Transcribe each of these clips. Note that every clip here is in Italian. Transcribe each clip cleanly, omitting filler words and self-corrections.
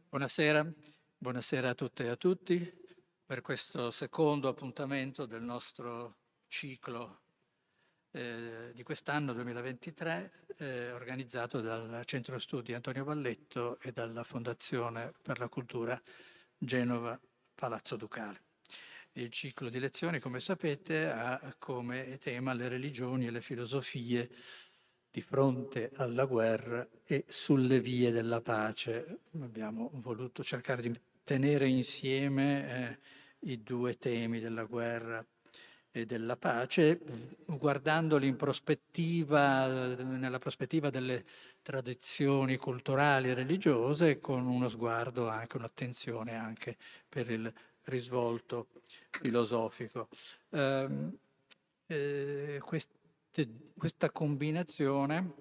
Buonasera, buonasera a tutte e a tutti per questo secondo appuntamento del nostro ciclo di quest'anno 2023 organizzato dal Centro Studi Antonio Valletto e dalla Fondazione per la Cultura Genova Palazzo Ducale. Il ciclo di lezioni, come sapete, ha come tema le religioni e le filosofie di fronte alla guerra e sulle vie della pace. Abbiamo voluto cercare di tenere insieme i due temi della guerra e della pace, guardandoli in prospettiva, nella prospettiva delle tradizioni culturali e religiose, con uno sguardo anche, un'attenzione anche per il risvolto filosofico. Questa combinazione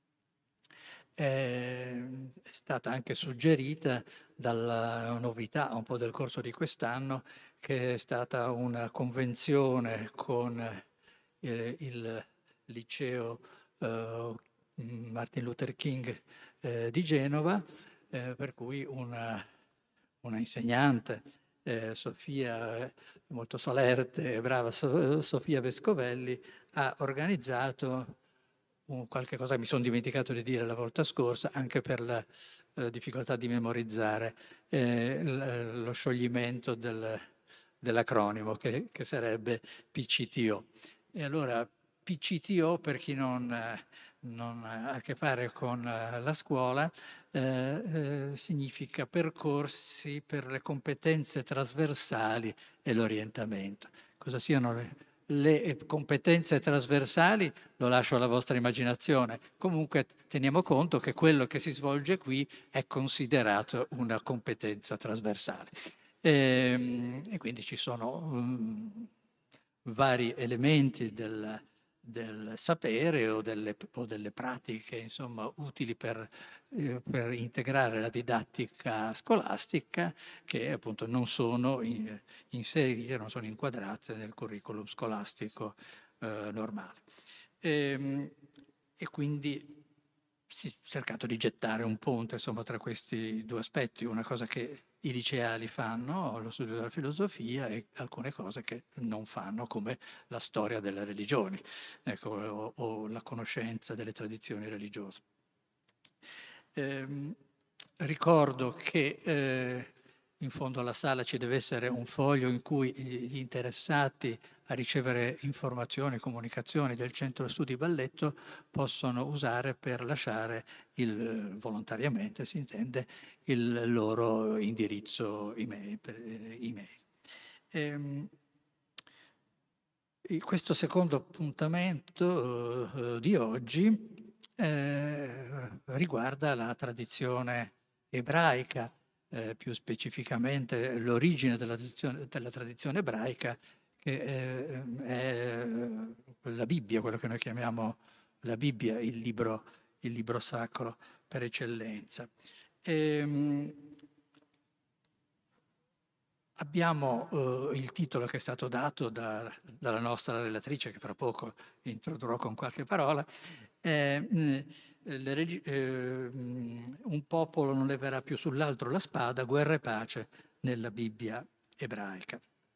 è stata anche suggerita dalla novità un po' del corso di quest'anno, che è stata una convenzione con il liceo Martin Luther King di Genova, per cui una insegnante, Sofia, molto solerte e brava Sofia Vescovelli, ha organizzato qualche cosa che mi sono dimenticato di dire la volta scorsa, anche per la difficoltà di memorizzare lo scioglimento dell'acronimo che sarebbe PCTO. E allora PCTO, per chi non ha a che fare con la scuola, significa percorsi per le competenze trasversali e l'orientamento. Cosa siano le competenze trasversali lo lascio alla vostra immaginazione. Comunque teniamo conto che quello che si svolge qui è considerato una competenza trasversale. E quindi ci sono vari elementi del sapere o delle pratiche, insomma, utili per integrare la didattica scolastica, che appunto non sono inserite, non sono inquadrate nel curriculum scolastico normale. E quindi si è cercato di gettare un ponte, insomma, tra questi due aspetti, una cosa che i liceali fanno, lo studio della filosofia, e alcune cose che non fanno, come la storia delle religioni, ecco, o la conoscenza delle tradizioni religiose. Ricordo che in fondo alla sala ci deve essere un foglio in cui gli interessati a ricevere informazioni e comunicazioni del Centro Studi Valletto possono usare per lasciare volontariamente, si intende, il loro indirizzo email. Questo secondo appuntamento di oggi riguarda la tradizione ebraica, più specificamente l'origine della tradizione ebraica, che è la Bibbia, quello che noi chiamiamo la Bibbia, il libro sacro per eccellenza. Abbiamo il titolo che è stato dato dalla nostra relatrice, che fra poco introdurrò con qualche parola, un popolo non leverà più sull'altro la spada, guerra e pace nella Bibbia ebraica.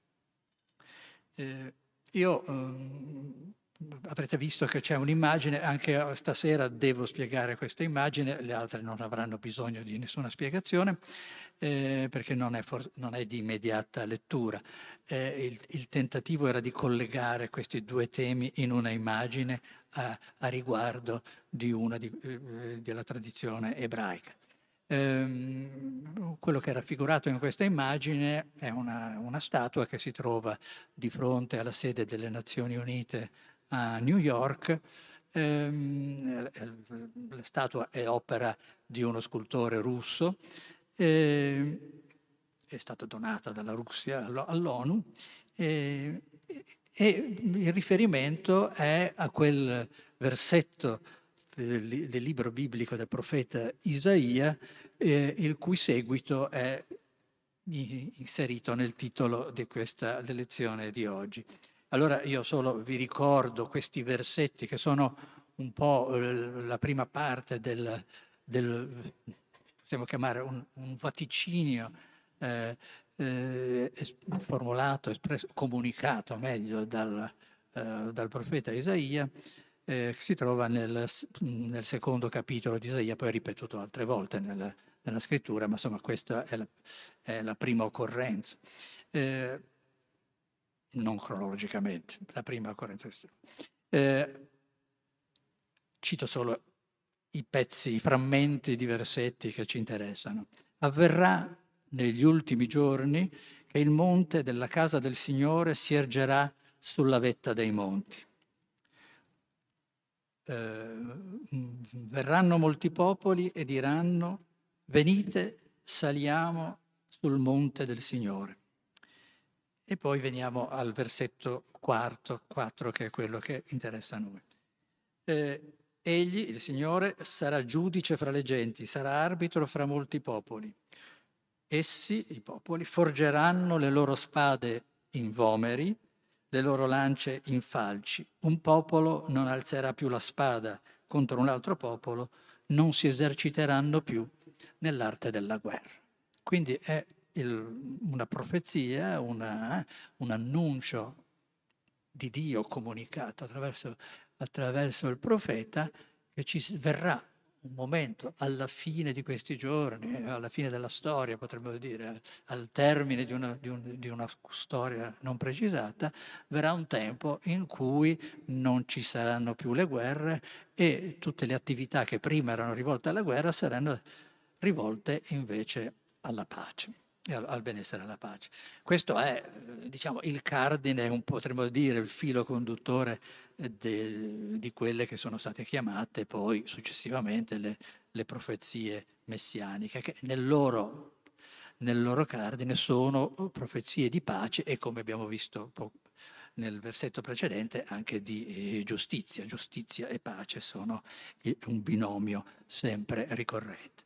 Avrete visto che c'è un'immagine, anche stasera devo spiegare questa immagine, le altre non avranno bisogno di nessuna spiegazione, perché non è di immediata lettura. Il tentativo era di collegare questi due temi in una immagine a riguardo della tradizione ebraica. Quello che è raffigurato in questa immagine è una statua che si trova di fronte alla sede delle Nazioni Unite a New York. La statua è opera di uno scultore russo, è stata donata dalla Russia all'ONU, e il riferimento è a quel versetto del libro biblico del profeta Isaia, il cui seguito è inserito nel titolo di questa lezione di oggi. Allora io solo vi ricordo questi versetti che sono un po' la prima parte del possiamo chiamare un vaticinio formulato, espresso, comunicato meglio dal profeta Isaia, si trova nel secondo capitolo di Isaia, poi ripetuto altre volte nella scrittura, ma insomma questa è la prima occorrenza. Non cronologicamente, la prima occorrenza. Cito solo i pezzi, i frammenti di versetti che ci interessano. Avverrà negli ultimi giorni che il monte della casa del Signore si ergerà sulla vetta dei monti. Verranno molti popoli e diranno: venite, saliamo sul monte del Signore. E poi veniamo al versetto 4, che è quello che interessa a noi. Egli, il Signore, sarà giudice fra le genti, sarà arbitro fra molti popoli. Essi, i popoli, forgeranno le loro spade in vomeri, le loro lance in falci. Un popolo non alzerà più la spada contro un altro popolo, non si eserciteranno più nell'arte della guerra. Quindi è una profezia, un annuncio di Dio comunicato attraverso il profeta, che ci verrà un momento alla fine di questi giorni, alla fine della storia, potremmo dire, al termine di una storia non precisata, verrà un tempo in cui non ci saranno più le guerre e tutte le attività che prima erano rivolte alla guerra saranno rivolte invece alla pace, al benessere e alla pace. Questo è, diciamo, il cardine, potremmo dire, il filo conduttore di quelle che sono state chiamate poi successivamente le profezie messianiche, che nel loro cardine sono profezie di pace e, come abbiamo visto nel versetto precedente, anche di giustizia. Giustizia e pace sono un binomio sempre ricorrente.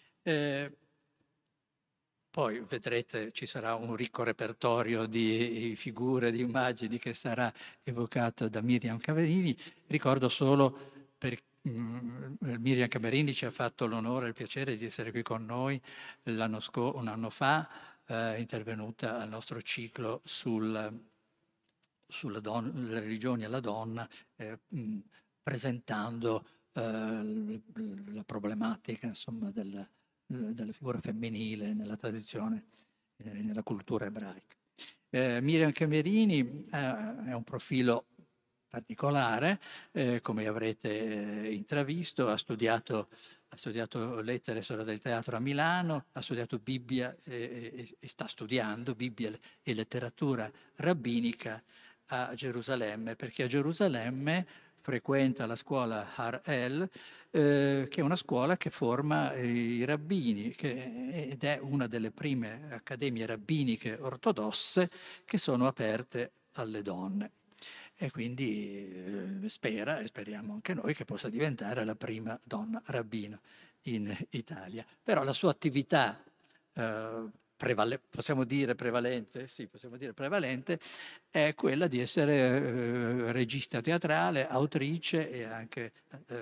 Poi vedrete, ci sarà un ricco repertorio di figure, di immagini che sarà evocato da Miriam Camerini. Ricordo solo Miriam Camerini ci ha fatto l'onore e il piacere di essere qui con noi un anno fa, intervenuta al nostro ciclo sulle religioni alla donna, presentando la problematica, insomma, della figura femminile nella tradizione, nella cultura ebraica. Miriam Camerini è un profilo particolare, come avrete intravisto, ha studiato lettere e storia del teatro a Milano, ha studiato Bibbia e sta studiando Bibbia e letteratura rabbinica a Gerusalemme, perché a Gerusalemme frequenta la scuola Har-El, che è una scuola che forma i rabbini, ed è una delle prime accademie rabbiniche ortodosse che sono aperte alle donne. E quindi spera, e speriamo anche noi, che possa diventare la prima donna rabbina in Italia. Però la sua attività possiamo dire prevalente? Sì, possiamo dire prevalente, è quella di essere regista teatrale, autrice e anche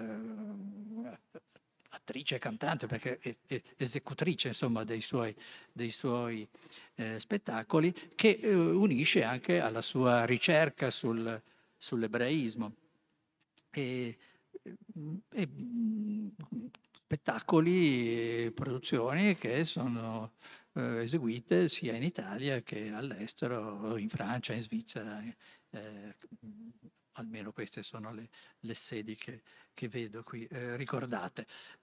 attrice e cantante, perché è esecutrice, insomma, dei suoi spettacoli, che unisce anche alla sua ricerca sull'ebraismo. E spettacoli e produzioni che sono eseguite sia in Italia che all'estero, in Francia, in Svizzera. Almeno queste sono le sedi che vedo qui ricordate.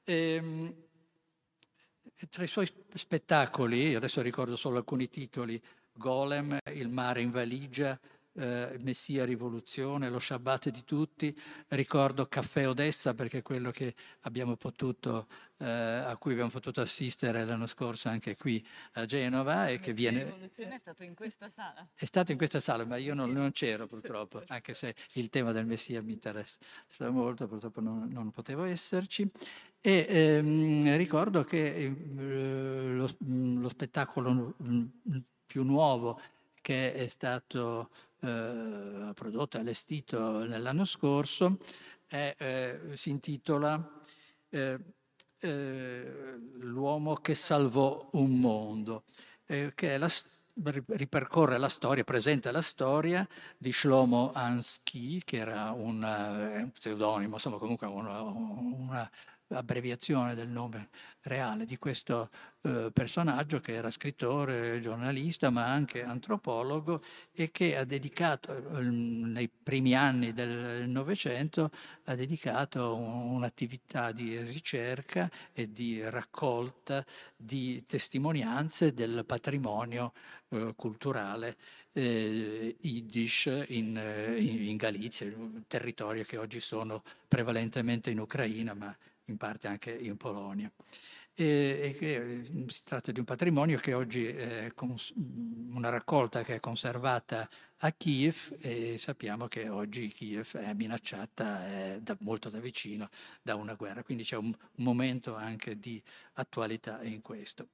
Tra i suoi spettacoli, adesso ricordo solo alcuni titoli: Golem, Il mare in valigia, Messia Rivoluzione, Lo Shabbat di tutti. Ricordo Caffè Odessa, perché è quello che abbiamo potuto, a cui abbiamo potuto assistere l'anno scorso anche qui a Genova. E che viene... Rivoluzione è stato in questa sala. È stato in questa sala, ma io non c'ero purtroppo, anche se il tema del Messia mi interessa molto, purtroppo non potevo esserci. E ricordo che lo spettacolo più nuovo che è stato prodotto e allestito nell'anno scorso si intitola L'uomo che salvò un mondo, che è ripercorre la storia, presenta la storia di Shlomo Ansky, che era un pseudonimo, insomma comunque una abbreviazione del nome reale di questo personaggio, che era scrittore, giornalista, ma anche antropologo, e che ha dedicato, nei primi anni del Novecento, ha dedicato un'attività di ricerca e di raccolta di testimonianze del patrimonio culturale Yiddish in Galizia, un territorio che oggi sono prevalentemente in Ucraina, ma in parte anche in Polonia. E che si tratta di un patrimonio che oggi è una raccolta che è conservata a Kiev, e sappiamo che oggi Kiev è minacciata molto da vicino da una guerra, quindi c'è un momento anche di attualità in questo.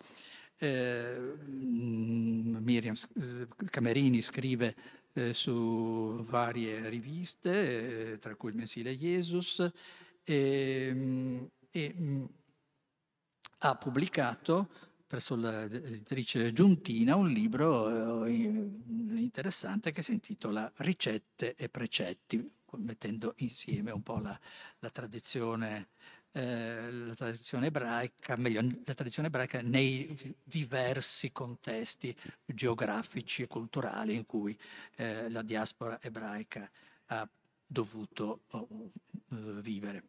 Miriam Camerini scrive su varie riviste, tra cui il mensile Jesus, e ha pubblicato presso l'editrice Giuntina un libro interessante che si intitola Ricette e precetti, mettendo insieme un po' la tradizione ebraica, meglio, la tradizione ebraica nei diversi contesti geografici e culturali in cui la diaspora ebraica ha dovuto vivere.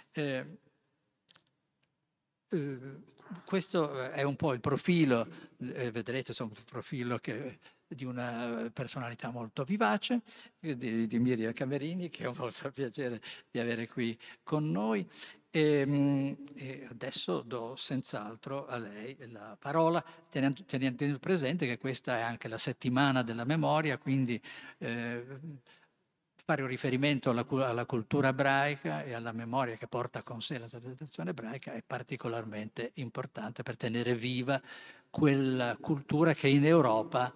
Questo è un po' il profilo, vedrete, insomma, il profilo di una personalità molto vivace, di Miriam Camerini, che ho molto piacere di avere qui con noi. E adesso do senz'altro a lei la parola, tenendo presente che questa è anche la settimana della memoria, quindi fare un riferimento alla cultura ebraica e alla memoria che porta con sé la tradizione ebraica è particolarmente importante per tenere viva quella cultura che in Europa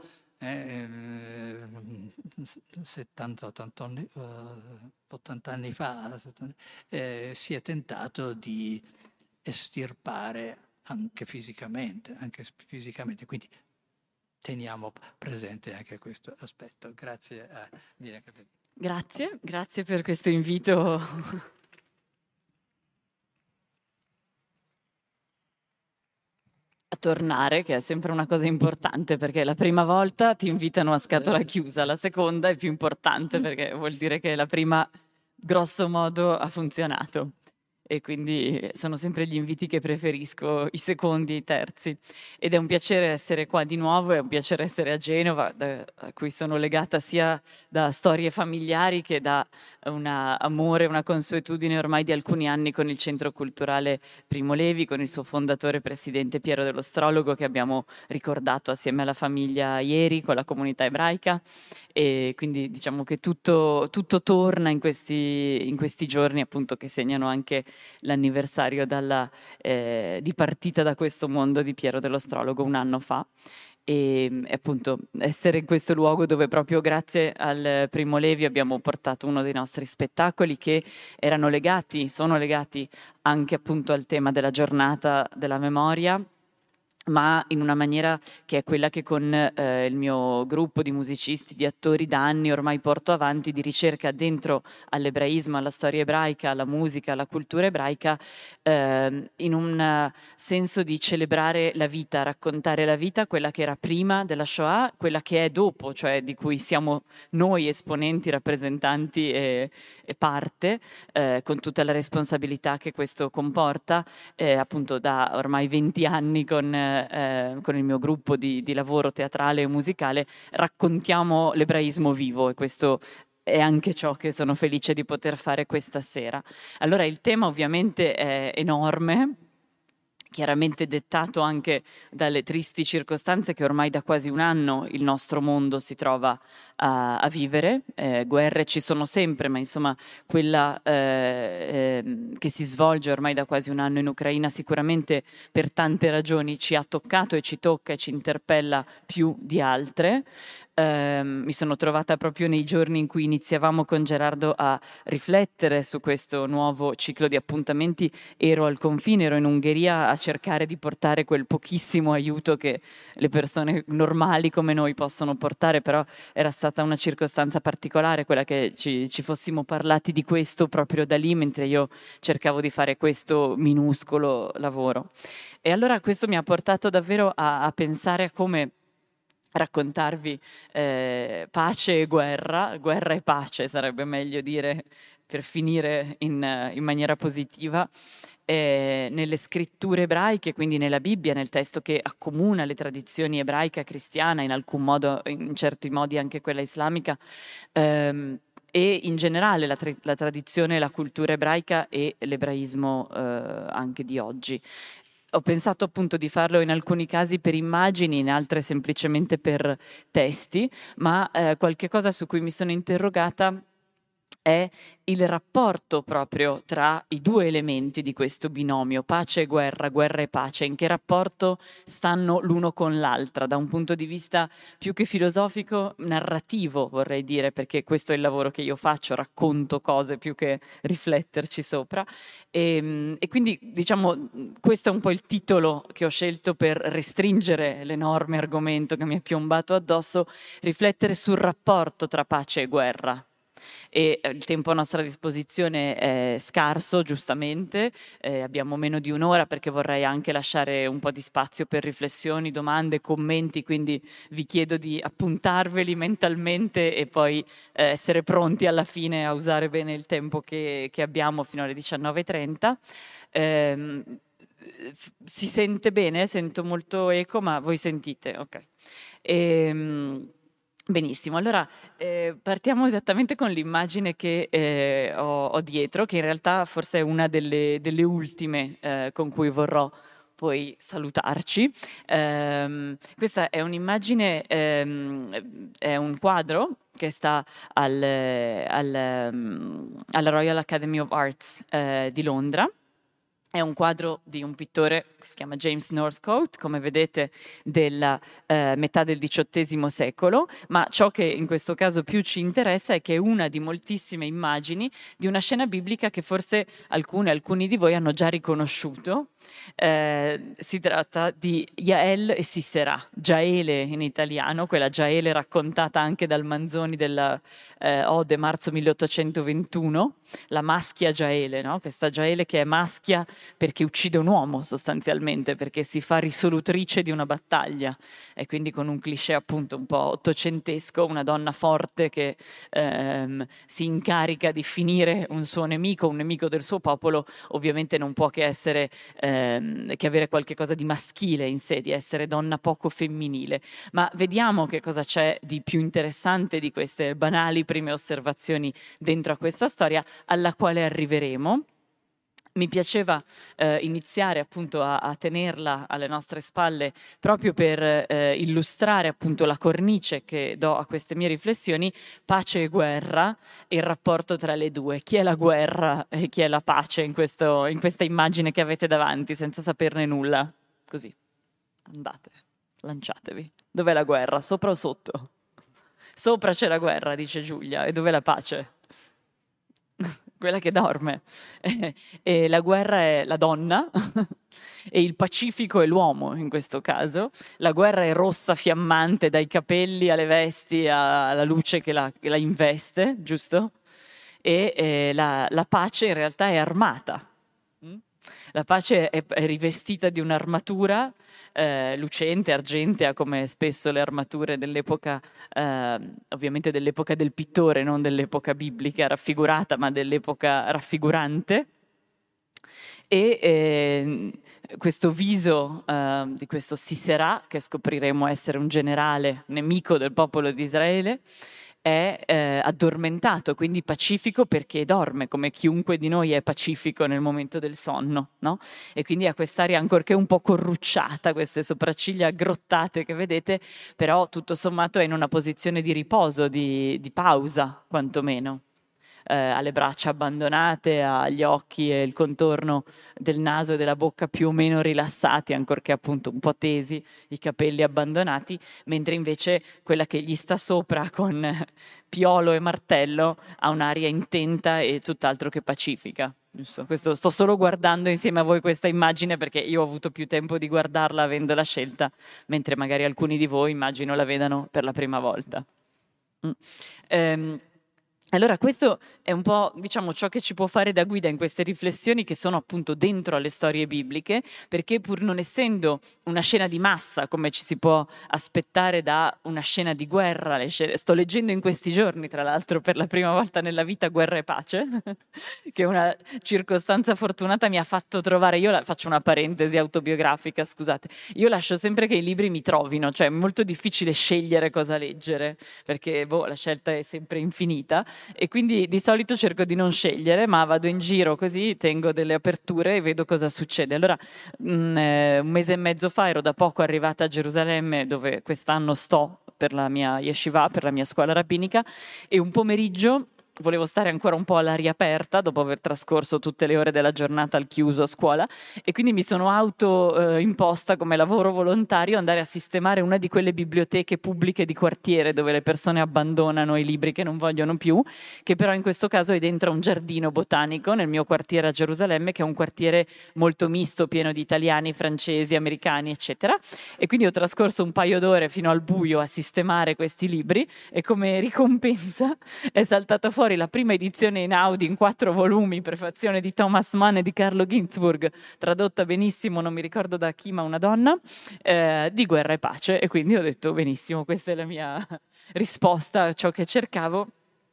80 anni fa si è tentato di estirpare anche fisicamente, quindi teniamo presente anche questo aspetto. Grazie a Miriam Camerini. Grazie per questo invito. A tornare, che è sempre una cosa importante, perché la prima volta ti invitano a scatola chiusa, la seconda è più importante perché vuol dire che la prima grosso modo ha funzionato. E quindi sono sempre gli inviti che preferisco, i secondi e i terzi. Ed è un piacere essere qua di nuovo, è un piacere essere a Genova, a cui sono legata sia da storie familiari che da un amore, una consuetudine ormai di alcuni anni con il Centro Culturale Primo Levi, con il suo fondatore presidente Piero dell'Ostrologo, che abbiamo ricordato assieme alla famiglia ieri con la comunità ebraica. E quindi diciamo che tutto torna in questi giorni, appunto, che segnano anche l'anniversario di partita da questo mondo di Piero dell'Ostrologo un anno fa. E appunto essere in questo luogo dove proprio grazie al Primo Levi abbiamo portato uno dei nostri spettacoli che sono legati anche appunto al tema della giornata della memoria, ma in una maniera che è quella che con il mio gruppo di musicisti, di attori da anni ormai porto avanti, di ricerca dentro all'ebraismo, alla storia ebraica, alla musica, alla cultura ebraica, in un senso di celebrare la vita, raccontare la vita, quella che era prima della Shoah, quella che è dopo, cioè di cui siamo noi esponenti, rappresentanti e parte, con tutta la responsabilità che questo comporta, appunto da ormai 20 anni con il mio gruppo di lavoro teatrale e musicale raccontiamo l'ebraismo vivo, e questo è anche ciò che sono felice di poter fare questa sera. Allora il tema ovviamente è enorme, chiaramente dettato anche dalle tristi circostanze che ormai da quasi un anno il nostro mondo si trova a vivere. Guerre ci sono sempre, ma insomma quella che si svolge ormai da quasi un anno in Ucraina sicuramente per tante ragioni ci ha toccato e ci tocca e ci interpella più di altre. Mi sono trovata proprio nei giorni in cui iniziavamo con Gerardo a riflettere su questo nuovo ciclo di appuntamenti. Ero al confine, ero in Ungheria a cercare di portare quel pochissimo aiuto che le persone normali come noi possono portare, però era stata una circostanza particolare quella che ci fossimo parlati di questo proprio da lì, mentre io cercavo di fare questo minuscolo lavoro. E allora questo mi ha portato davvero a pensare a come raccontarvi pace e guerra e pace sarebbe meglio dire, per finire in maniera positiva, nelle scritture ebraiche, quindi nella Bibbia, nel testo che accomuna le tradizioni ebraica, cristiana, in alcun modo, in certi modi anche quella islamica, e in generale la tradizione e la cultura ebraica e l'ebraismo anche di oggi. Ho pensato appunto di farlo in alcuni casi per immagini, in altre semplicemente per testi, ma qualche cosa su cui mi sono interrogata è il rapporto proprio tra i due elementi di questo binomio, pace e guerra e pace, in che rapporto stanno l'uno con l'altra, da un punto di vista più che filosofico, narrativo vorrei dire, perché questo è il lavoro che io faccio, racconto cose più che rifletterci sopra. E quindi diciamo questo è un po' il titolo che ho scelto per restringere l'enorme argomento che mi è piombato addosso, riflettere sul rapporto tra pace e guerra. E il tempo a nostra disposizione è scarso, giustamente, abbiamo meno di un'ora perché vorrei anche lasciare un po' di spazio per riflessioni, domande, commenti, quindi vi chiedo di appuntarveli mentalmente e poi essere pronti alla fine a usare bene il tempo che abbiamo fino alle 19:30. Si sente bene? Sento molto eco, ma voi sentite? Ok. Benissimo, allora partiamo esattamente con l'immagine che ho dietro, che in realtà forse è una delle ultime con cui vorrò poi salutarci. Questa è un'immagine, è un quadro che sta alla Royal Academy of Arts di Londra. È un quadro di un pittore che si chiama James Northcote, come vedete, della metà del XVIII secolo, ma ciò che in questo caso più ci interessa è che è una di moltissime immagini di una scena biblica che forse alcuni di voi hanno già riconosciuto. Si tratta di Jael e Sisera, Giaele in italiano, quella Giaele raccontata anche dal Manzoni della Ode marzo 1821, la maschia Giaele, no? Questa Giaele che è maschia perché uccide un uomo sostanzialmente, perché si fa risolutrice di una battaglia, e quindi con un cliché appunto un po' ottocentesco, una donna forte che si incarica di finire un suo nemico, un nemico del suo popolo, ovviamente non può che essere che avere qualche cosa di maschile in sé, di essere donna poco femminile. Ma vediamo che cosa c'è di più interessante di queste banali prime osservazioni dentro a questa storia, alla quale arriveremo. Mi piaceva iniziare appunto a tenerla alle nostre spalle proprio per illustrare appunto la cornice che do a queste mie riflessioni, pace e guerra, e il rapporto tra le due. Chi è la guerra e chi è la pace in questa immagine che avete davanti, senza saperne nulla? Così, andate, lanciatevi. Dov'è la guerra? Sopra o sotto? Sopra c'è la guerra, dice Giulia, e dov'è la pace? Quella che dorme. E la guerra è la donna e il Pacifico è l'uomo in questo caso. La guerra è rossa, fiammante, dai capelli alle vesti alla luce che la investe, giusto? E la pace in realtà è armata. La pace è rivestita di un'armatura lucente, argentea, come spesso le armature dell'epoca, ovviamente dell'epoca del pittore, non dell'epoca biblica raffigurata, ma dell'epoca raffigurante. E questo viso di questo Sisera, che scopriremo essere un generale nemico del popolo di Israele, è addormentato, quindi pacifico perché dorme, come chiunque di noi è pacifico nel momento del sonno, no? E quindi ha quest'aria ancorché un po' corrucciata, queste sopracciglia aggrottate che vedete, però tutto sommato è in una posizione di riposo, di pausa quantomeno. Ha le braccia abbandonate, ha gli occhi e il contorno del naso e della bocca più o meno rilassati, ancorché appunto un po' tesi, i capelli abbandonati, mentre invece quella che gli sta sopra con piolo e martello ha un'aria intenta e tutt'altro che pacifica. Giusto? Questo, sto solo guardando insieme a voi questa immagine perché io ho avuto più tempo di guardarla avendo la scelta, mentre magari alcuni di voi immagino la vedano per la prima volta. Allora questo è un po', diciamo, ciò che ci può fare da guida in queste riflessioni che sono appunto dentro alle storie bibliche, perché pur non essendo una scena di massa come ci si può aspettare da una scena di guerra, sto leggendo in questi giorni tra l'altro per la prima volta nella vita Guerra e Pace, che una circostanza fortunata mi ha fatto trovare, faccio una parentesi autobiografica, scusate, io lascio sempre che i libri mi trovino, cioè è molto difficile scegliere cosa leggere, perché la scelta è sempre infinita, e quindi di solito cerco di non scegliere, ma vado in giro così, tengo delle aperture e vedo cosa succede. Allora, un mese e mezzo fa ero da poco arrivata a Gerusalemme, dove quest'anno sto per la mia yeshiva, per la mia scuola rabbinica, e un pomeriggio volevo stare ancora un po' all'aria aperta dopo aver trascorso tutte le ore della giornata al chiuso a scuola, e quindi mi sono imposta come lavoro volontario andare a sistemare una di quelle biblioteche pubbliche di quartiere dove le persone abbandonano i libri che non vogliono più, che però in questo caso è dentro un giardino botanico nel mio quartiere a Gerusalemme, che è un quartiere molto misto, pieno di italiani, francesi, americani, eccetera, e quindi ho trascorso un paio d'ore fino al buio a sistemare questi libri, e come ricompensa è saltato fuori la prima edizione in Audi in 4 volumi, prefazione di Thomas Mann e di Carlo Ginzburg, tradotta benissimo, non mi ricordo da chi, ma una donna, di Guerra e Pace, e quindi ho detto benissimo, questa è la mia risposta a ciò che cercavo.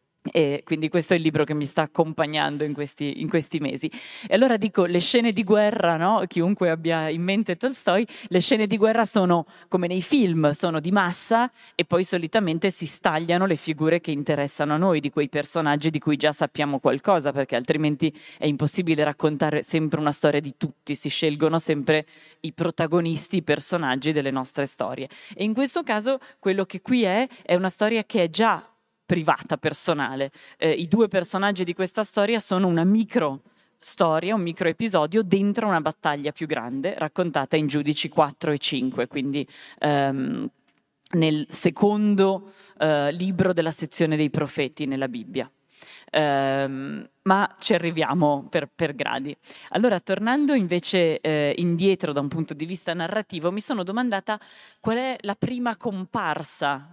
E quindi questo è il libro che mi sta accompagnando in questi mesi. E allora dico, le scene di guerra, no? Chiunque abbia in mente Tolstoi, le scene di guerra sono come nei film, sono di massa, e poi solitamente si stagliano le figure che interessano a noi, di quei personaggi di cui già sappiamo qualcosa, perché altrimenti è impossibile raccontare sempre una storia di tutti, si scelgono sempre i protagonisti, i personaggi delle nostre storie. E in questo caso quello che qui è una storia che è già privata, personale. I 2 personaggi di questa storia sono una micro storia, un micro episodio dentro una battaglia più grande raccontata in Giudici 4 e 5, quindi nel secondo libro della sezione dei profeti nella Bibbia. Ma ci arriviamo per gradi. Allora, tornando invece indietro da un punto di vista narrativo, mi sono domandata qual è la prima comparsa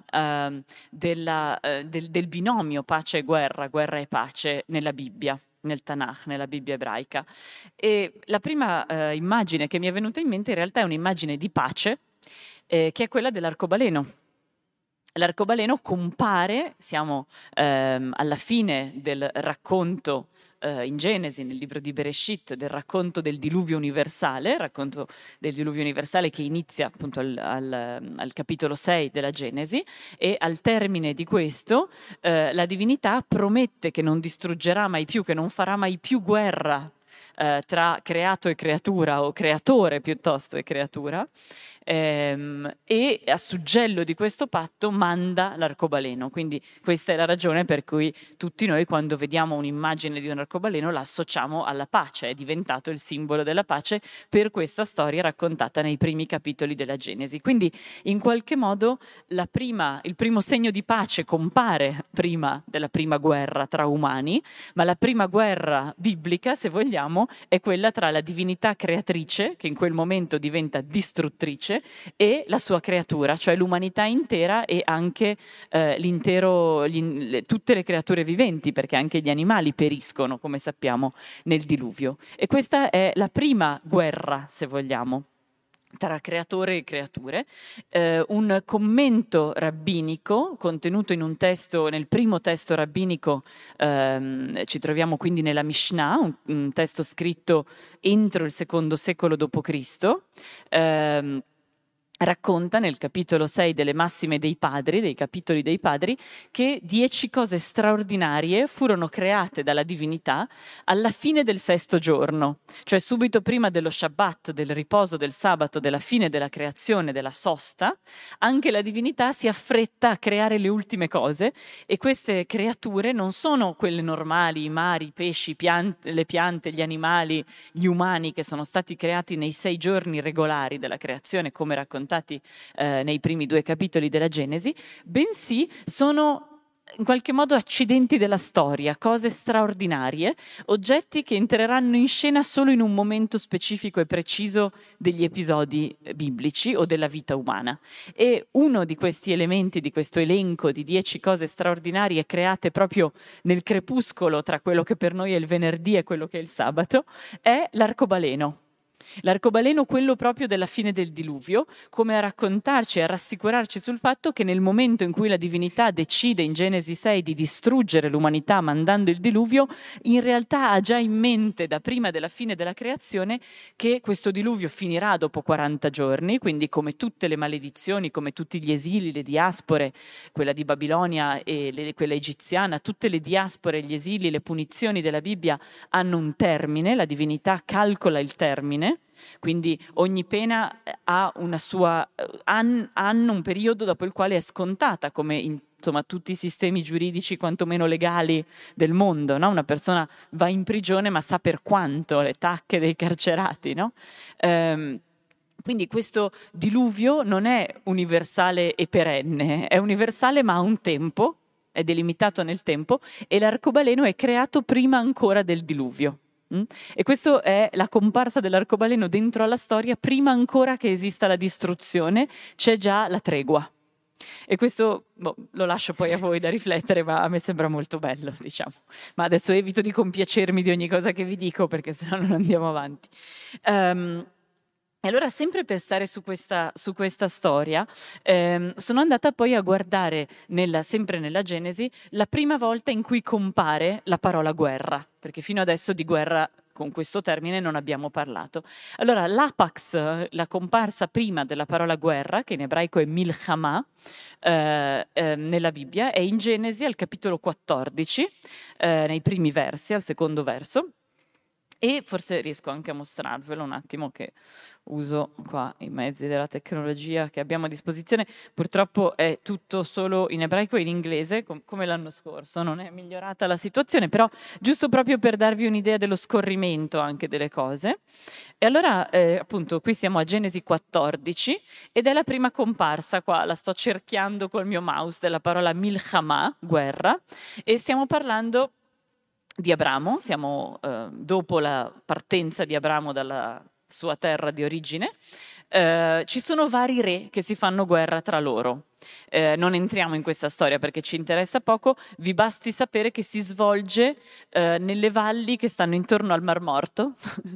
del binomio pace e guerra, guerra e pace nella Bibbia, nel Tanakh, nella Bibbia ebraica. E la prima immagine che mi è venuta in mente in realtà è un'immagine di pace, che è quella dell'arcobaleno. L'arcobaleno compare, siamo alla fine del racconto in Genesi, nel libro di Bereshit, del racconto del diluvio universale che inizia appunto al capitolo 6 della Genesi, e al termine di questo la divinità promette che non distruggerà mai più, che non farà mai più guerra tra creato e creatura, o creatore piuttosto e creatura, e a suggello di questo patto manda l'arcobaleno. Quindi questa è la ragione per cui tutti noi, quando vediamo un'immagine di un arcobaleno, la associamo alla pace, è diventato il simbolo della pace per questa storia raccontata nei primi capitoli della Genesi. Quindi in qualche modo il primo segno di pace compare prima della prima guerra tra umani, ma la prima guerra biblica, se vogliamo, è quella tra la divinità creatrice, che in quel momento diventa distruttrice, e la sua creatura, cioè l'umanità intera, e anche tutte le creature viventi, perché anche gli animali periscono, come sappiamo, nel diluvio. E questa è la prima guerra, se vogliamo, tra creatore e creature. Un commento rabbinico contenuto in un testo, nel primo testo rabbinico, ci troviamo quindi nella Mishnah, un testo scritto entro il II secolo d.C., racconta nel capitolo 6 delle Massime dei Padri, dei capitoli dei Padri, che 10 cose straordinarie furono create dalla divinità alla fine del 6° giorno, cioè subito prima dello Shabbat, del riposo del sabato, della fine della creazione, della sosta. Anche la divinità si affretta a creare le ultime cose, e queste creature non sono quelle normali, i mari, i pesci, le piante, gli animali, gli umani, che sono stati creati nei 6 giorni regolari della creazione, come raccontati nei primi 2 capitoli della Genesi, bensì sono in qualche modo accidenti della storia, cose straordinarie, oggetti che entreranno in scena solo in un momento specifico e preciso degli episodi biblici o della vita umana. E uno di questi elementi, di questo elenco di 10 cose straordinarie create proprio nel crepuscolo tra quello che per noi è il venerdì e quello che è il sabato, è l'arcobaleno. L'arcobaleno, quello proprio della fine del diluvio, come a raccontarci e a rassicurarci sul fatto che nel momento in cui la divinità decide in Genesi 6 di distruggere l'umanità mandando il diluvio, in realtà ha già in mente da prima della fine della creazione che questo diluvio finirà dopo 40 giorni, quindi come tutte le maledizioni, come tutti gli esili, le diaspore, quella di Babilonia e quella egiziana, tutte le diaspore, gli esili, le punizioni della Bibbia hanno un termine, la divinità calcola il termine. Quindi ogni pena ha una sua hanno un periodo dopo il quale è scontata, come insomma tutti i sistemi giuridici quantomeno legali del mondo, no? Una persona va in prigione ma sa per quanto, le tacche dei carcerati, no? Quindi questo diluvio non è universale e perenne, è universale ma ha un tempo, è delimitato nel tempo, e l'arcobaleno è creato prima ancora del diluvio. E questa è la comparsa dell'arcobaleno dentro alla storia. Prima ancora che esista la distruzione c'è già la tregua, e questo lo lascio poi a voi da riflettere, ma a me sembra molto bello, diciamo. Ma adesso evito di compiacermi di ogni cosa che vi dico, perché sennò non andiamo avanti. E allora, sempre per stare su questa storia, sono andata poi a guardare, sempre nella Genesi, la prima volta in cui compare la parola guerra, perché fino adesso di guerra con questo termine non abbiamo parlato. Allora, l'apax, la comparsa prima della parola guerra, che in ebraico è milchama, nella Bibbia, è in Genesi al capitolo 14, nei primi versi, al 2° verso. E forse riesco anche a mostrarvelo un attimo, che uso qua i mezzi della tecnologia che abbiamo a disposizione. Purtroppo è tutto solo in ebraico e in inglese, come l'anno scorso, non è migliorata la situazione, però giusto proprio per darvi un'idea dello scorrimento anche delle cose. E allora, appunto, qui siamo a Genesi 14 ed è la prima comparsa, qua la sto cerchiando col mio mouse, della parola milchama, guerra, e stiamo parlando di Abramo, siamo dopo la partenza di Abramo dalla sua terra di origine. Ci sono vari re che si fanno guerra tra loro. Non entriamo in questa storia perché ci interessa poco, vi basti sapere che si svolge nelle valli che stanno intorno al Mar Morto,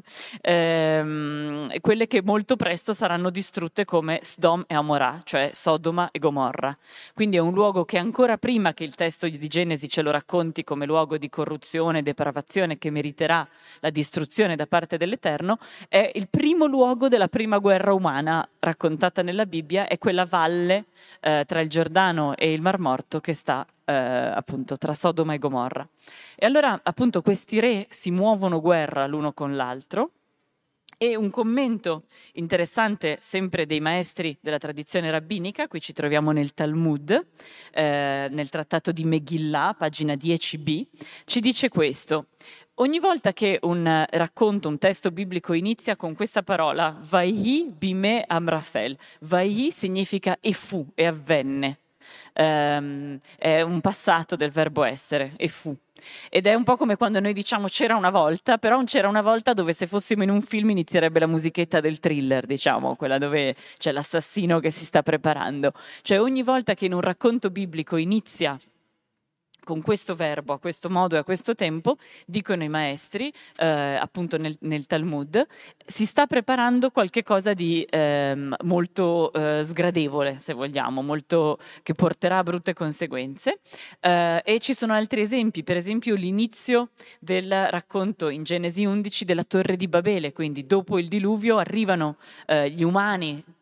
quelle che molto presto saranno distrutte come Sdom e Amorà, cioè Sodoma e Gomorra. Quindi è un luogo che ancora prima che il testo di Genesi ce lo racconti come luogo di corruzione e depravazione che meriterà la distruzione da parte dell'Eterno, è il primo luogo della prima guerra umana raccontata nella Bibbia, è quella valle tra il Giordano e il Mar Morto che sta appunto tra Sodoma e Gomorra. E allora appunto questi re si muovono guerra l'uno con l'altro. E un commento interessante sempre dei maestri della tradizione rabbinica, qui ci troviamo nel Talmud, nel trattato di Megillah, pagina 10b, ci dice questo: ogni volta che un racconto, un testo biblico inizia con questa parola, Vaihi bime Amrafel, Vaihi significa e fu, e avvenne, è un passato del verbo essere, e fu. Ed è un po' come quando noi diciamo c'era una volta, però un c'era una volta dove se fossimo in un film inizierebbe la musichetta del thriller, diciamo, quella dove c'è l'assassino che si sta preparando. Cioè ogni volta che in un racconto biblico inizia con questo verbo, a questo modo e a questo tempo, dicono i maestri, appunto nel Talmud, si sta preparando qualche cosa di molto sgradevole, se vogliamo, molto che porterà a brutte conseguenze. E ci sono altri esempi, per esempio l'inizio del racconto in Genesi 11 della Torre di Babele, quindi dopo il diluvio arrivano gli umani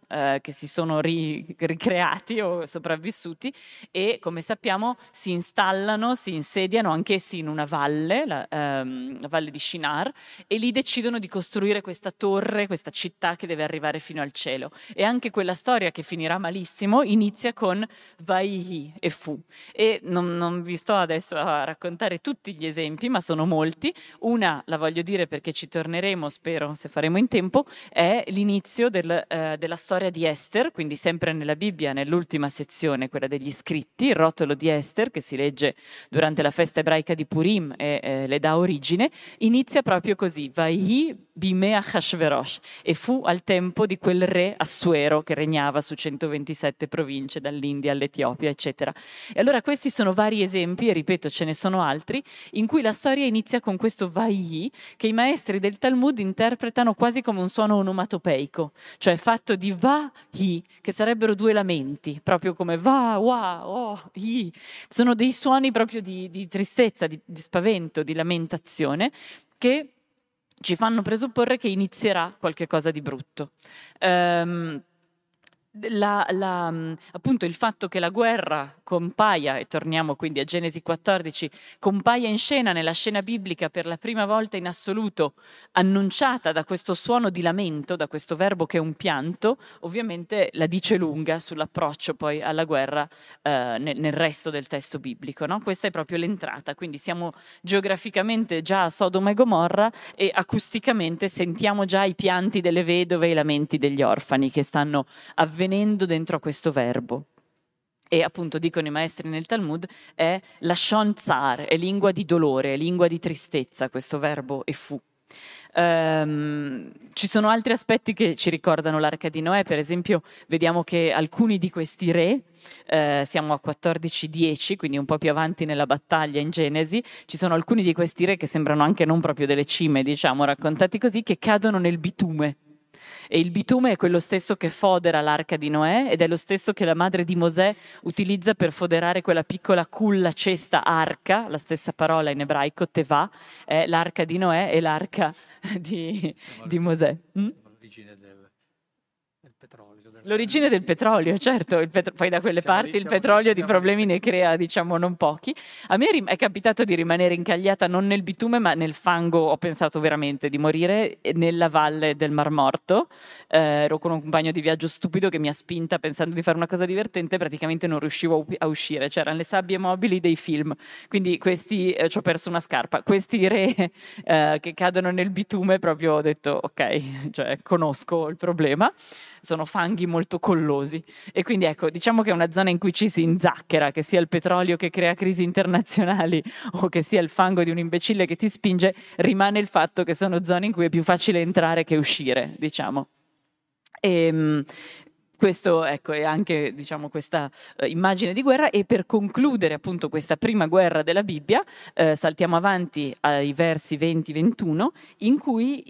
che si sono ricreati o sopravvissuti e, come sappiamo, si installano, si insediano anch'essi in una valle, la valle di Shinar, e lì decidono di costruire questa torre, questa città che deve arrivare fino al cielo. E anche quella storia, che finirà malissimo, inizia con Vaihi e fu. E non vi sto adesso a raccontare tutti gli esempi, ma sono molti. Una, la voglio dire perché ci torneremo, spero, se faremo in tempo, è l'inizio della storia di Ester, quindi sempre nella Bibbia, nell'ultima sezione, quella degli scritti, il rotolo di Ester, che si legge durante la festa ebraica di Purim e le dà origine, inizia proprio così: Vaihi bimei Achashverosh, e fu al tempo di quel re Assuero che regnava su 127 province, dall'India all'Etiopia, eccetera. E allora questi sono vari esempi, e ripeto, ce ne sono altri, in cui la storia inizia con questo Vaihi, che i maestri del Talmud interpretano quasi come un suono onomatopeico, cioè fatto di Va-hi, che sarebbero due lamenti, proprio come va, wa, oh, hi. Sono dei suoni proprio di tristezza, di spavento, di lamentazione, che ci fanno presupporre che inizierà qualche cosa di brutto. Appunto il fatto che la guerra compaia, e torniamo quindi a Genesi 14, compaia in scena, nella scena biblica, per la prima volta in assoluto, annunciata da questo suono di lamento, da questo verbo che è un pianto, ovviamente la dice lunga sull'approccio poi alla guerra nel resto del testo biblico, no? Questa è proprio l'entrata, quindi siamo geograficamente già a Sodoma e Gomorra e acusticamente sentiamo già i pianti delle vedove e i lamenti degli orfani che stanno avvenendo dentro a questo verbo. E appunto, dicono i maestri nel Talmud, è lashon tsar, è lingua di dolore, è lingua di tristezza, questo verbo e fu. Ci sono altri aspetti che ci ricordano l'Arca di Noè. Per esempio, vediamo che alcuni di questi re, siamo a 14:10, quindi un po' più avanti nella battaglia in Genesi, ci sono alcuni di questi re che sembrano anche non proprio delle cime, diciamo, raccontati così, che cadono nel bitume. E il bitume è quello stesso che fodera l'Arca di Noè, ed è lo stesso che la madre di Mosè utilizza per foderare quella piccola culla, cesta, arca, la stessa parola in ebraico, tevah, è l'Arca di Noè e l'Arca di Mosè. L'origine del petrolio. L'origine del petrolio, certo, poi da quelle parti il petrolio di problemi ne crea, diciamo, non pochi. A me è capitato di rimanere incagliata non nel bitume ma nel fango, ho pensato veramente di morire nella valle del Mar Morto. Ero con un compagno di viaggio stupido che mi ha spinta pensando di fare una cosa divertente, praticamente non riuscivo a uscire, c'erano le sabbie mobili dei film, quindi questi, ci ho perso una scarpa, questi re che cadono nel bitume, proprio ho detto ok, cioè conosco il problema. Sono fanghi molto collosi e quindi ecco, diciamo che è una zona in cui ci si inzacchera, che sia il petrolio che crea crisi internazionali o che sia il fango di un imbecille che ti spinge, rimane il fatto che sono zone in cui è più facile entrare che uscire, diciamo. Questo, ecco, è anche, diciamo, questa immagine di guerra. E per concludere appunto questa prima guerra della Bibbia, saltiamo avanti ai versi 20-21, in cui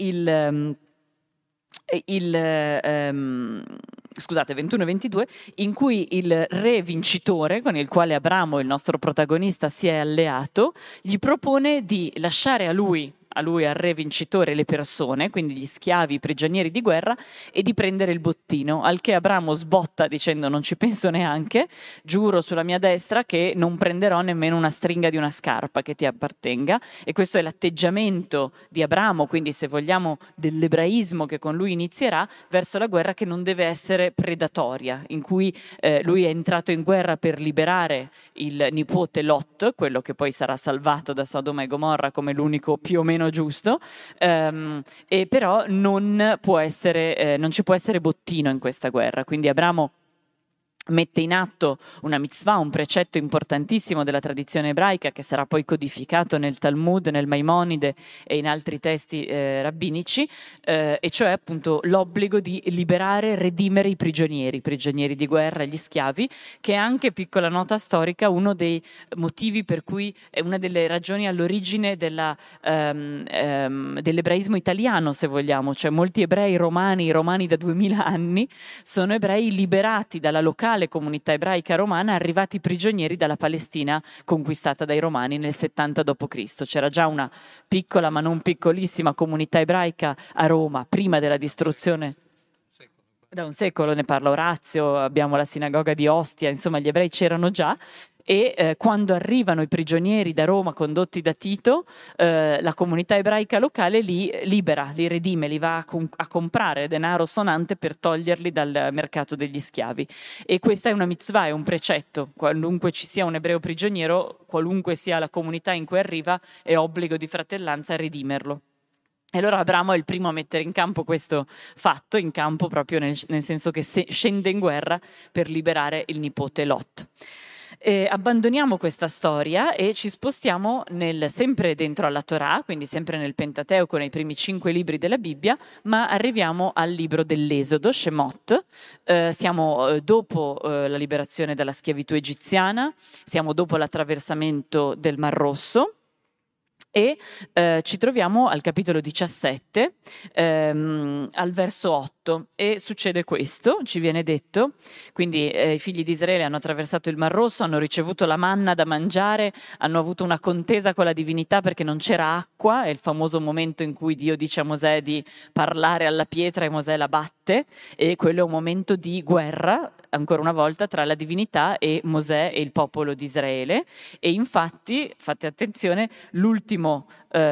scusate, 21 e 22, in cui il re vincitore, con il quale Abramo, il nostro protagonista, si è alleato, gli propone di lasciare a lui, al re vincitore, le persone, quindi gli schiavi, i prigionieri di guerra, e di prendere il bottino, al che Abramo sbotta dicendo: non ci penso neanche, giuro sulla mia destra che non prenderò nemmeno una stringa di una scarpa che ti appartenga. E questo è l'atteggiamento di Abramo, quindi se vogliamo dell'ebraismo che con lui inizierà, verso la guerra che non deve essere predatoria, in cui lui è entrato in guerra per liberare il nipote Lot, quello che poi sarà salvato da Sodoma e Gomorra come l'unico più o meno giusto, e però non ci può essere bottino in questa guerra. Quindi Abramo mette in atto una mitzvah, un precetto importantissimo della tradizione ebraica che sarà poi codificato nel Talmud, nel Maimonide e in altri testi rabbinici, e cioè appunto l'obbligo di liberare e redimere i prigionieri di guerra, gli schiavi, che è anche, piccola nota storica, uno dei motivi per cui è una delle ragioni all'origine dell'ebraismo italiano, se vogliamo. Cioè molti ebrei romani da 2000 anni sono ebrei liberati dalla locale comunità ebraica romana, arrivati prigionieri dalla Palestina conquistata dai Romani nel 70 d.C. C'era già una piccola ma non piccolissima comunità ebraica a Roma prima della distruzione. Da un secolo ne parla Orazio, abbiamo la sinagoga di Ostia, insomma gli ebrei c'erano già e quando arrivano i prigionieri da Roma condotti da Tito, la comunità ebraica locale li libera, li redime, li va a comprare denaro sonante per toglierli dal mercato degli schiavi. E questa è una mitzvah, è un precetto, qualunque ci sia un ebreo prigioniero, qualunque sia la comunità in cui arriva, è obbligo di fratellanza redimerlo. E allora Abramo è il primo a mettere in campo questo fatto, in campo proprio nel senso che scende in guerra per liberare il nipote Lot. Abbandoniamo questa storia e ci spostiamo sempre dentro alla Torah, quindi sempre nel Pentateuco, nei primi 5 libri della Bibbia, ma arriviamo al libro dell'Esodo, Shemot. Siamo dopo la liberazione dalla schiavitù egiziana, siamo dopo l'attraversamento del Mar Rosso, e ci troviamo al capitolo 17, al verso 8, e succede questo, ci viene detto, quindi i figli di Israele hanno attraversato il Mar Rosso, hanno ricevuto la manna da mangiare, hanno avuto una contesa con la divinità perché non c'era acqua, è il famoso momento in cui Dio dice a Mosè di parlare alla pietra e Mosè la batte, e quello è un momento di guerra, ancora una volta, tra la divinità e Mosè e il popolo di Israele. E infatti, fate attenzione, l'ultimo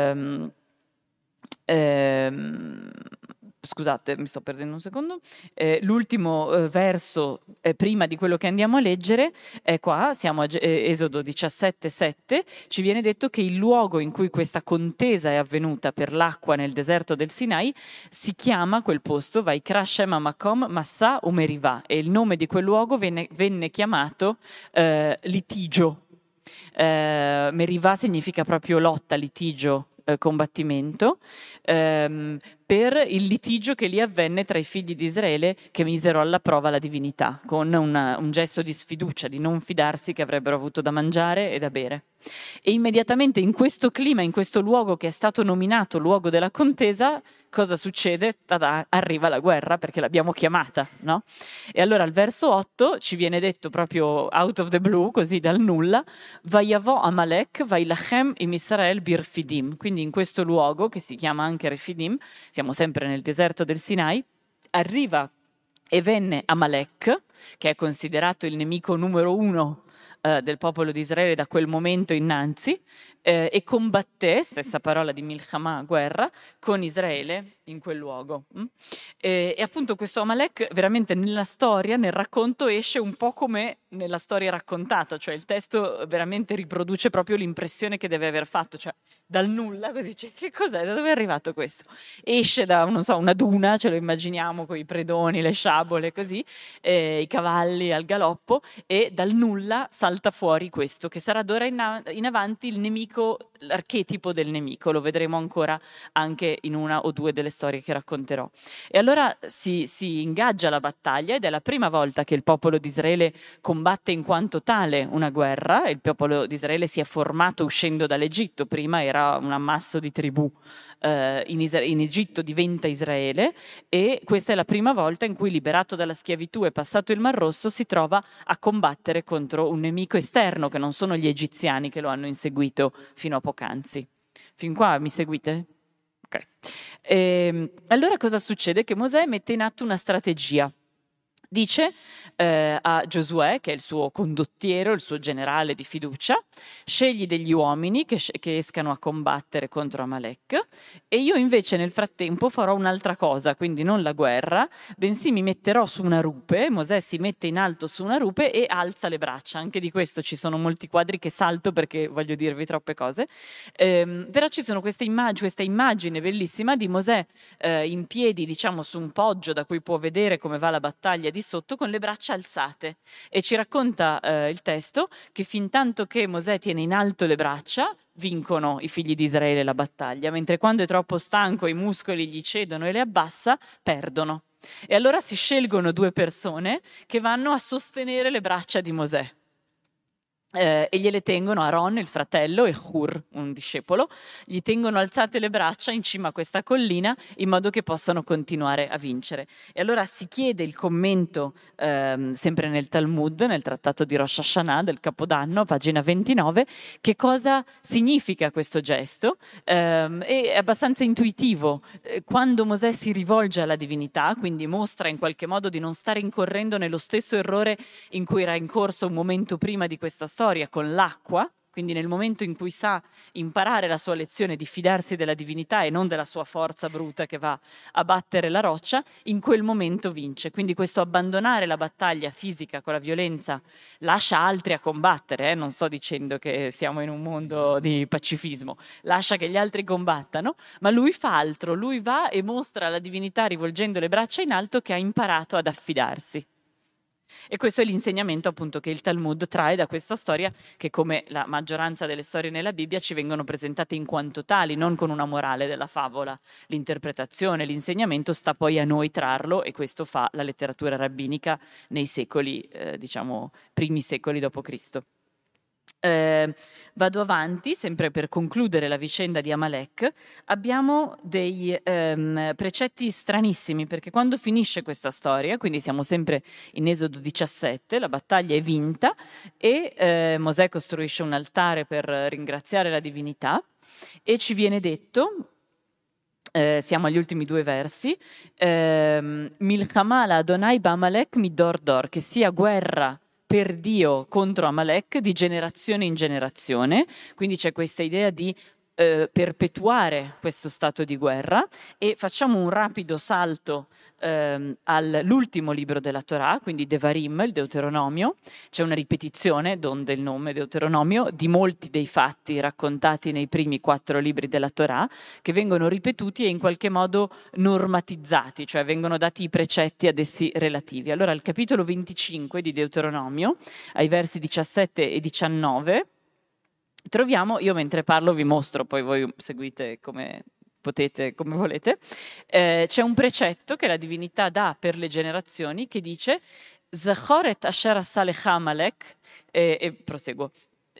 scusate, mi sto perdendo un secondo, l'ultimo verso prima di quello che andiamo a leggere è qua, siamo a Esodo 17,7, ci viene detto che il luogo in cui questa contesa è avvenuta per l'acqua nel deserto del Sinai si chiama quel posto Vaikra Shem HaMakom Massah uMerivah, e il nome di quel luogo venne chiamato litigio. Merivah significa proprio lotta, litigio, combattimento, per il litigio che lì avvenne tra i figli di Israele che misero alla prova la divinità, con un gesto di sfiducia, di non fidarsi che avrebbero avuto da mangiare e da bere. E immediatamente in questo clima, in questo luogo che è stato nominato luogo della contesa, cosa succede? Tada, arriva la guerra perché l'abbiamo chiamata, no? E allora al verso 8 ci viene detto proprio out of the blue, così dal nulla, Vayavo Amalek Vailachem im Israel Birfidim. Quindi in questo luogo, che si chiama anche Refidim, siamo sempre nel deserto del Sinai, arriva e venne Amalek, che è considerato il nemico numero 1 del popolo di Israele da quel momento innanzi, e combatté, stessa parola di Milchama, guerra, con Israele in quel luogo. E appunto questo Amalek veramente nella storia, nel racconto, esce un po' come nella storia raccontata, cioè il testo veramente riproduce proprio l'impressione che deve aver fatto, cioè dal nulla, così, cioè, che cos'è? Da dove è arrivato questo? Esce da, non so, una duna, ce lo immaginiamo con i predoni, le sciabole, così, i cavalli al galoppo, e dal nulla salta fuori questo, che sarà d'ora in avanti il nemico, l'archetipo del nemico, lo vedremo ancora anche in una o due delle storie che racconterò. E allora si ingaggia la battaglia, ed è la prima volta che il popolo di Israele combatte in quanto tale una guerra. Il popolo di Israele si è formato uscendo dall'Egitto, prima era un ammasso di tribù, in Egitto diventa Israele, e questa è la prima volta in cui, liberato dalla schiavitù e passato il Mar Rosso, si trova a combattere contro un nemico esterno, che non sono gli egiziani che lo hanno inseguito fino a poc'anzi. Fin qua mi seguite? Ok. Allora cosa succede? Che Mosè mette in atto una strategia. Dice a Giosuè, che è il suo condottiero, il suo generale di fiducia, scegli degli uomini che escano a combattere contro Amalek, e io invece nel frattempo farò un'altra cosa, quindi non la guerra, bensì mi metterò su una rupe. Mosè si mette in alto su una rupe e alza le braccia. Anche di questo ci sono molti quadri che salto perché voglio dirvi troppe cose, però ci sono questa immagine bellissima di Mosè in piedi, diciamo, su un poggio da cui può vedere come va la battaglia di sotto, con le braccia alzate, e ci racconta il testo che fin tanto che Mosè tiene in alto le braccia vincono i figli di Israele la battaglia, mentre quando è troppo stanco i muscoli gli cedono e le abbassa, perdono. E allora si scelgono 2 persone che vanno a sostenere le braccia di Mosè. e gliele tengono Aaron, il fratello, e Hur, un discepolo, gli tengono alzate le braccia in cima a questa collina in modo che possano continuare a vincere. E allora si chiede il commento, sempre nel Talmud, nel trattato di Rosh Hashanah del Capodanno, pagina 29, che cosa significa questo gesto. È abbastanza intuitivo. Quando Mosè si rivolge alla divinità, quindi mostra in qualche modo di non stare incorrendo nello stesso errore in cui era incorso un momento prima di questa storia, con l'acqua, quindi nel momento in cui sa imparare la sua lezione di fidarsi della divinità e non della sua forza bruta che va a battere la roccia, in quel momento vince. Quindi questo abbandonare la battaglia fisica con la violenza lascia altri a combattere, non sto dicendo che siamo in un mondo di pacifismo, lascia che gli altri combattano, ma lui fa altro, lui va e mostra alla divinità rivolgendo le braccia in alto che ha imparato ad affidarsi. E questo è l'insegnamento appunto che il Talmud trae da questa storia, che come la maggioranza delle storie nella Bibbia ci vengono presentate in quanto tali, non con una morale della favola. L'interpretazione, l'insegnamento sta poi a noi trarlo, e questo fa la letteratura rabbinica nei secoli, primi secoli dopo Cristo. Vado avanti, sempre per concludere la vicenda di Amalek. Abbiamo dei precetti stranissimi, perché quando finisce questa storia, quindi siamo sempre in Esodo 17, la battaglia è vinta e Mosè costruisce un altare per ringraziare la divinità, e ci viene detto, siamo agli ultimi 2 versi, Milchama la Adonai b'Amalek midor dor, che sia guerra per Dio contro Amalek di generazione in generazione. Quindi c'è questa idea di perpetuare questo stato di guerra. E facciamo un rapido salto all'ultimo libro della Torah, quindi Devarim, il Deuteronomio. C'è una ripetizione, donde il nome Deuteronomio, di molti dei fatti raccontati nei primi 4 libri della Torah, che vengono ripetuti e in qualche modo normatizzati, cioè vengono dati i precetti ad essi relativi. Allora, al capitolo 25 di Deuteronomio, ai versi 17 e 19, troviamo, io mentre parlo vi mostro, poi voi seguite come potete, come volete, c'è un precetto che la divinità dà per le generazioni che dice Zachoret asher asalecha Amalek, e proseguo,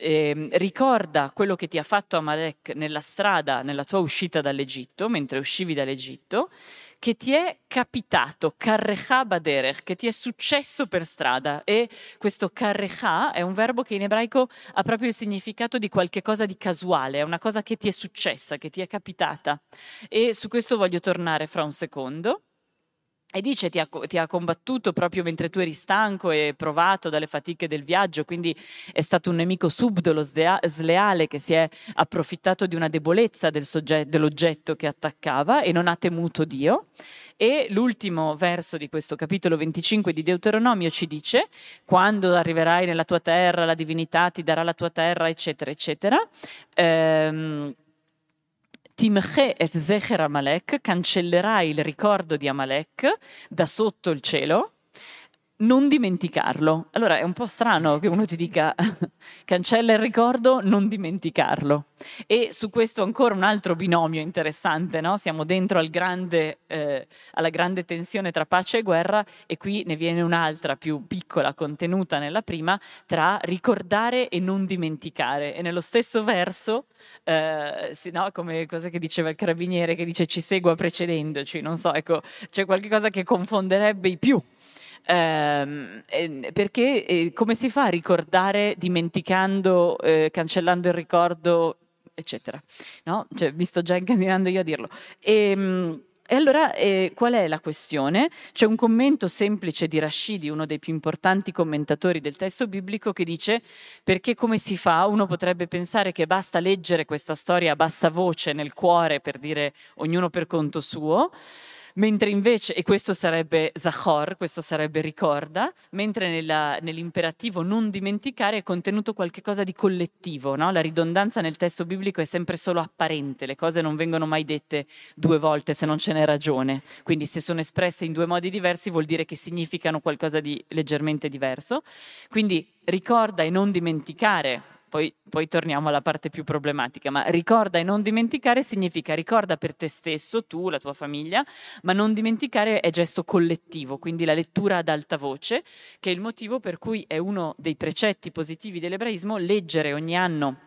ricorda quello che ti ha fatto Amalek nella strada, nella tua uscita dall'Egitto, mentre uscivi dall'Egitto, che ti è capitato, karrecha baderech, che ti è successo per strada. E questo karrecha è un verbo che in ebraico ha proprio il significato di qualche cosa di casuale, è una cosa che ti è successa, che ti è capitata. E su questo voglio tornare fra un secondo. E dice ti ha combattuto proprio mentre tu eri stanco e provato dalle fatiche del viaggio, quindi è stato un nemico subdolo, sleale, che si è approfittato di una debolezza dell'oggetto che attaccava e non ha temuto Dio. E l'ultimo verso di questo capitolo 25 di Deuteronomio ci dice: quando arriverai nella tua terra, la divinità ti darà la tua terra, eccetera, eccetera. Timche et zecher Amalek, cancellerai il ricordo di Amalek da sotto il cielo, non dimenticarlo. Allora è un po' strano che uno ti dica cancella il ricordo, non dimenticarlo. E su questo ancora un altro binomio interessante, no? Siamo dentro alla grande tensione tra pace e guerra, e qui ne viene un'altra più piccola, contenuta nella prima, tra ricordare e non dimenticare. E nello stesso verso, no, come cosa che diceva il carabiniere, che dice ci segua precedendoci, non so, ecco, c'è qualche cosa che confonderebbe i più. Perché come si fa a ricordare dimenticando, cancellando il ricordo, eccetera, no? Cioè, mi sto già incasinando io a dirlo. E allora qual è la questione? C'è un commento semplice di Rashidi, uno dei più importanti commentatori del testo biblico, che dice: perché come si fa? Uno potrebbe pensare che basta leggere questa storia a bassa voce nel cuore, per dire ognuno per conto suo, mentre invece, e questo sarebbe Zachor, questo sarebbe ricorda, mentre nell'imperativo non dimenticare è contenuto qualche cosa di collettivo, no? La ridondanza nel testo biblico è sempre solo apparente, le cose non vengono mai dette 2 volte se non ce n'è ragione, quindi se sono espresse in 2 modi diversi vuol dire che significano qualcosa di leggermente diverso. Quindi ricorda e non dimenticare poi torniamo alla parte più problematica, ma ricorda e non dimenticare significa ricorda per te stesso, tu, la tua famiglia, ma non dimenticare è gesto collettivo, quindi la lettura ad alta voce, che è il motivo per cui è uno dei precetti positivi dell'ebraismo leggere ogni anno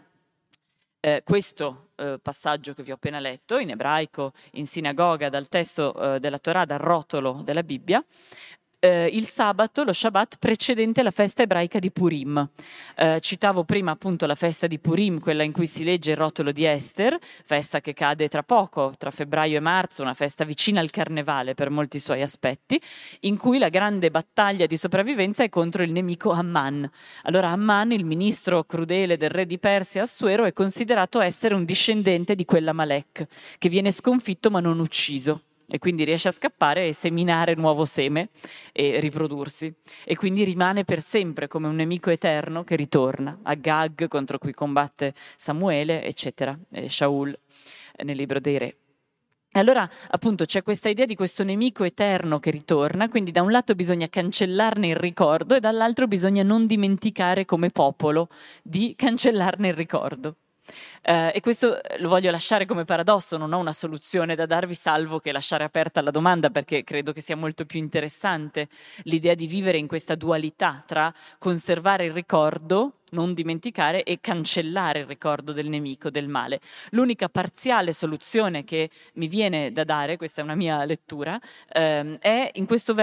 questo passaggio che vi ho appena letto, in ebraico, in sinagoga, dal testo della Torah, dal rotolo della Bibbia, il sabato, lo Shabbat precedente alla festa ebraica di Purim. Citavo prima appunto la festa di Purim, quella in cui si legge il rotolo di Ester, festa che cade tra poco, tra febbraio e marzo, una festa vicina al carnevale per molti suoi aspetti, in cui la grande battaglia di sopravvivenza è contro il nemico Amman. Allora Amman, il ministro crudele del re di Persia Assuero, è considerato essere un discendente di quell'Amalek, che viene sconfitto ma non ucciso. E quindi riesce a scappare e seminare nuovo seme e riprodursi. E quindi rimane per sempre come un nemico eterno che ritorna. Agag, contro cui combatte Samuele, eccetera, e Shaul nel libro dei re. E allora appunto c'è questa idea di questo nemico eterno che ritorna, quindi da un lato bisogna cancellarne il ricordo e dall'altro bisogna non dimenticare come popolo di cancellarne il ricordo. E questo lo voglio lasciare come paradosso, non ho una soluzione da darvi salvo che lasciare aperta la domanda, perché credo che sia molto più interessante l'idea di vivere in questa dualità tra conservare il ricordo, non dimenticare, e cancellare il ricordo del nemico, del male. L'unica parziale soluzione che mi viene da dare, questa è una mia lettura, è in questo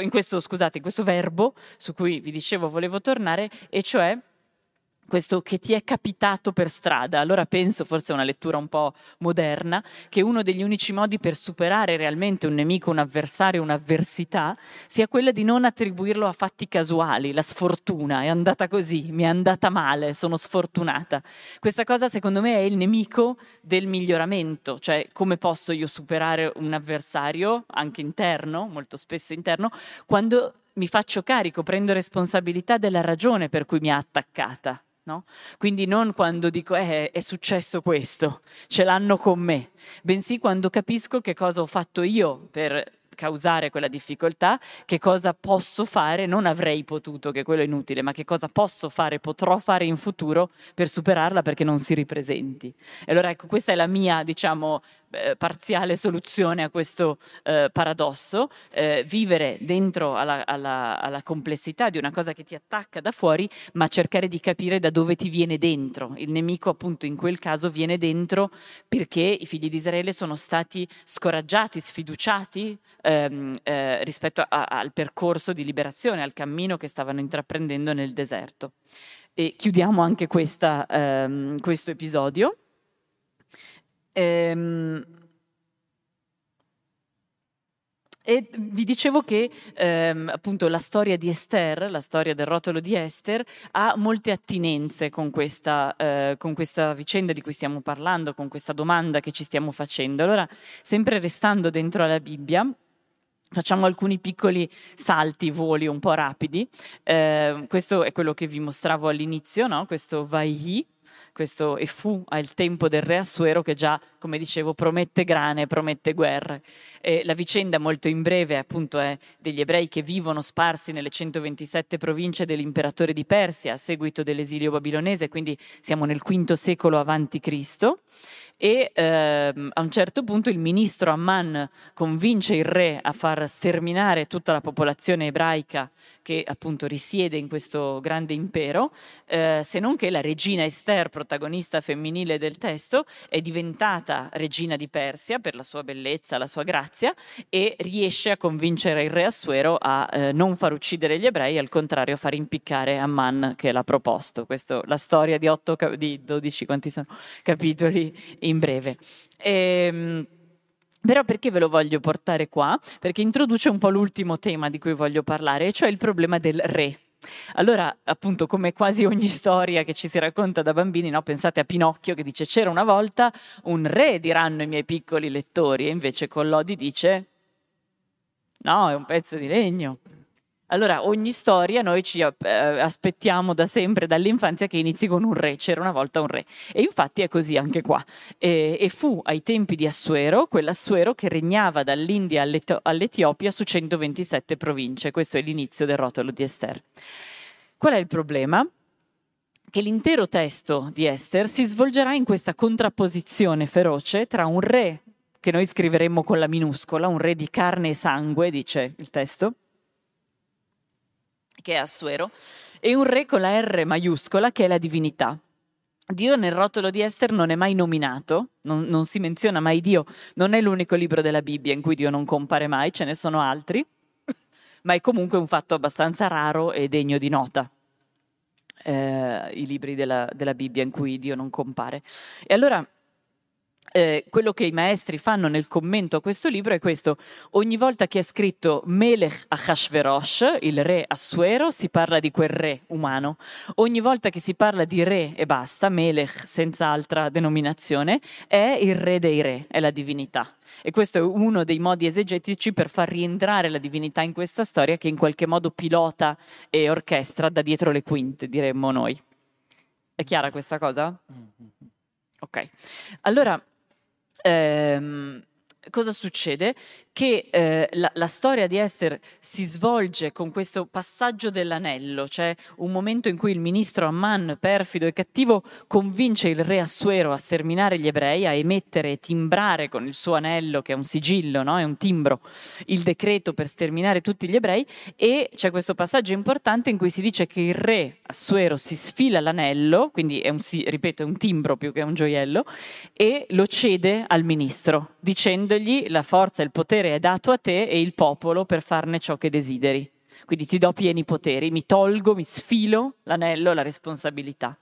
verbo su cui vi dicevo volevo tornare, e cioè questo che ti è capitato per strada. Allora penso, forse è una lettura un po' moderna, che uno degli unici modi per superare realmente un nemico, un avversario, un'avversità, sia quella di non attribuirlo a fatti casuali. La sfortuna è andata così, mi è andata male, sono sfortunata. Questa cosa secondo me è il nemico del miglioramento, cioè come posso io superare un avversario, anche interno, molto spesso interno, quando mi faccio carico, prendo responsabilità della ragione per cui mi ha attaccata. No? Quindi non quando dico è successo questo, ce l'hanno con me, bensì quando capisco che cosa ho fatto io per causare quella difficoltà, che cosa posso fare, non avrei potuto, che quello è inutile, ma che cosa posso fare, potrò fare in futuro per superarla perché non si ripresenti. E allora ecco, questa è la mia, diciamo, parziale soluzione a questo paradosso, vivere dentro alla complessità di una cosa che ti attacca da fuori, ma cercare di capire da dove ti viene dentro. Il nemico appunto in quel caso viene dentro perché i figli di Israele sono stati scoraggiati, sfiduciati rispetto al percorso di liberazione, al cammino che stavano intraprendendo nel deserto. E chiudiamo anche questo episodio. E vi dicevo che appunto la storia di Ester, la storia del rotolo di Ester, ha molte attinenze con questa vicenda di cui stiamo parlando, con questa domanda che ci stiamo facendo. Allora, sempre restando dentro alla Bibbia, facciamo alcuni piccoli salti, voli un po' rapidi. Questo è quello che vi mostravo all'inizio, no? Questo Vaihi. Questo e fu al tempo del re Assuero, che già, come dicevo, promette grane, promette guerre. La vicenda molto in breve appunto è degli ebrei che vivono sparsi nelle 127 province dell'imperatore di Persia a seguito dell'esilio babilonese, quindi siamo nel V secolo avanti Cristo. E a un certo punto il ministro Amman convince il re a far sterminare tutta la popolazione ebraica che appunto risiede in questo grande impero, se non che la regina Ester, protagonista femminile del testo, è diventata regina di Persia per la sua bellezza, la sua grazia, e riesce a convincere il re Assuero a non far uccidere gli ebrei, al contrario far impiccare Amman che l'ha proposto. Questa è la storia di 12 quanti sono, capitoli in breve. Però perché ve lo voglio portare qua? Perché introduce un po' l'ultimo tema di cui voglio parlare, e cioè il problema del re. Allora, appunto, come quasi ogni storia che ci si racconta da bambini, no? Pensate a Pinocchio che dice c'era una volta un re, diranno i miei piccoli lettori, e invece Collodi dice no, è un pezzo di legno. Allora, ogni storia noi ci aspettiamo da sempre, dall'infanzia, che inizi con un re. C'era una volta un re. E infatti è così anche qua. E fu ai tempi di Assuero, quell'Assuero che regnava dall'India all'Etiopia su 127 province. Questo è l'inizio del rotolo di Ester. Qual è il problema? che l'intero testo di Ester si svolgerà in questa contrapposizione feroce tra un re, che noi scriveremmo con la minuscola, un re di carne e sangue, dice il testo, che è Assuero, e un re con la R maiuscola, che è la divinità. Dio nel rotolo di Ester non è mai nominato, non si menziona mai Dio, non è l'unico libro della Bibbia in cui Dio non compare mai, ce ne sono altri, ma è comunque un fatto abbastanza raro e degno di nota, i libri della Bibbia in cui Dio non compare. E allora quello che i maestri fanno nel commento a questo libro è questo: ogni volta che è scritto Melech Achashverosh, il re Assuero, si parla di quel re umano. Ogni volta che si parla di re e basta, Melech senza altra denominazione, è il re dei re, è la divinità. E questo è uno dei modi esegetici per far rientrare la divinità in questa storia, che in qualche modo pilota e orchestra da dietro le quinte, diremmo noi. È chiara questa cosa? Ok. Allora, cosa succede? Che la storia di Ester si svolge con questo passaggio dell'anello, cioè un momento in cui il ministro Amman, perfido e cattivo, convince il re Assuero a sterminare gli ebrei, a emettere e timbrare con il suo anello, che è un sigillo, no? È un timbro, il decreto per sterminare tutti gli ebrei, e c'è questo passaggio importante in cui si dice che il re Assuero si sfila l'anello, quindi ripeto, è un timbro più che un gioiello, e lo cede al ministro, dicendogli: la forza e il potere è dato a te e il popolo per farne ciò che desideri. Quindi ti do pieni poteri, mi sfilo l'anello, la responsabilità.